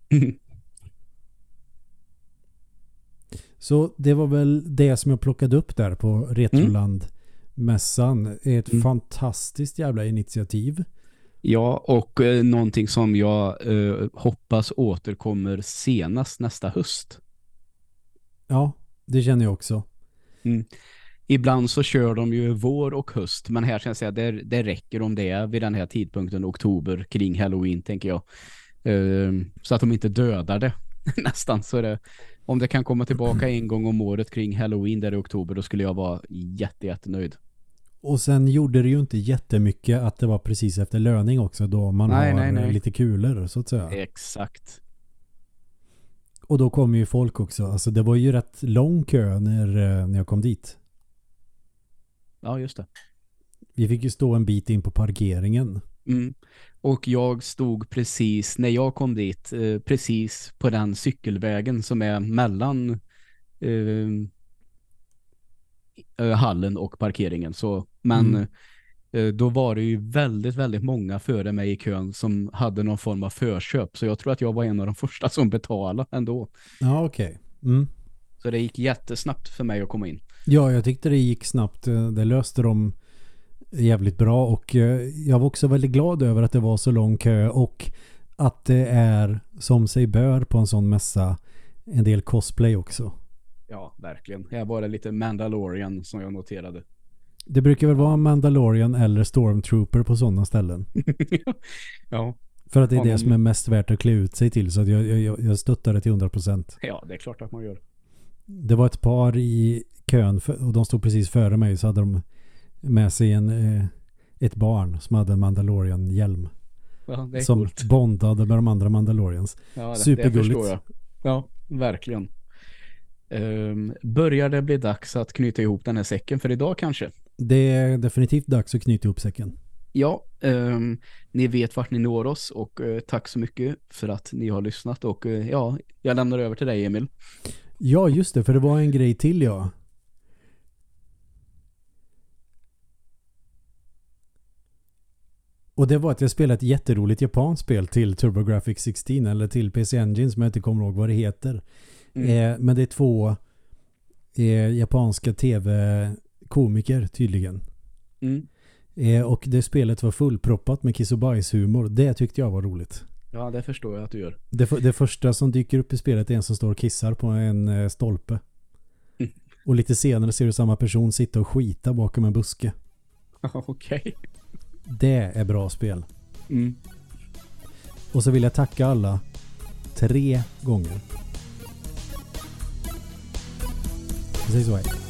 Så det var väl det som jag plockade upp där på Retroland-mässan. Ett fantastiskt jävla initiativ. Ja, och någonting som jag hoppas återkommer senast nästa höst. Ja, det känner jag också. Ibland så kör de ju vår och höst, men här känns det att det räcker om det är vid den här tidpunkten, oktober, kring Halloween, tänker jag. Så att de inte dödar det nästan. Så det, om det kan komma tillbaka en gång om året kring Halloween där i oktober, då skulle jag vara jättenöjd. Och sen gjorde det ju inte jättemycket att det var precis efter löning också, då man har lite kulor så att säga. Exakt. Och då kom ju folk också. Alltså det var ju rätt lång kö när jag kom dit. Ja, just det. Vi fick ju stå en bit in på parkeringen. Och jag stod precis, när jag kom dit, precis på den cykelvägen som är mellan hallen och parkeringen. Så, men då var det ju väldigt många före mig i kön som hade någon form av förköp. Så jag tror att jag var en av de första som betalade ändå. Ja, okej. Så det gick jättesnabbt för mig att komma in. Ja, jag tyckte det gick snabbt. Det löste de jävligt bra och jag var också väldigt glad över att det var så lång kö och att det är som sig bör på en sån mässa en del cosplay också. Ja, verkligen. Här var det lite Mandalorian som jag noterade. Det brukar väl vara Mandalorian eller Stormtrooper på sådana ställen. Ja. För att det är det som är mest värt att klä ut sig till, så att jag stöttar det till 100%. Ja, det är klart att man gör. Det var ett par i kön och de stod precis före mig, så hade de med sig ett barn som hade en Mandalorian-hjälm. Ja, det är som coolt. Bondade med de andra Mandalorians. Ja, supergulligt. Det förstår jag. Ja, verkligen. Börjar det bli dags att knyta ihop den här säcken för idag kanske? Det är definitivt dags att knyta ihop säcken. Ja, ni vet vart ni når oss och tack så mycket för att ni har lyssnat och ja, jag lämnar över till dig, Emil. Ja, just det, för det var en grej till, ja. Och det var att jag spelade ett jätteroligt japanskt spel till TurboGrafx 16 eller till PC Engine som jag inte kommer ihåg vad det heter. Men det är 2 japanska tv-komiker tydligen. Och det spelet var fullproppat med kiss och bajshumor. Det tyckte jag var roligt. Ja, det förstår jag att du gör. Det första som dyker upp i spelet är en som står och kissar på en stolpe. Och lite senare ser du samma person sitta och skita bakom en buske. Okej. Det är bra spel. Och så vill jag tacka alla 3 gånger. Vi säger så här.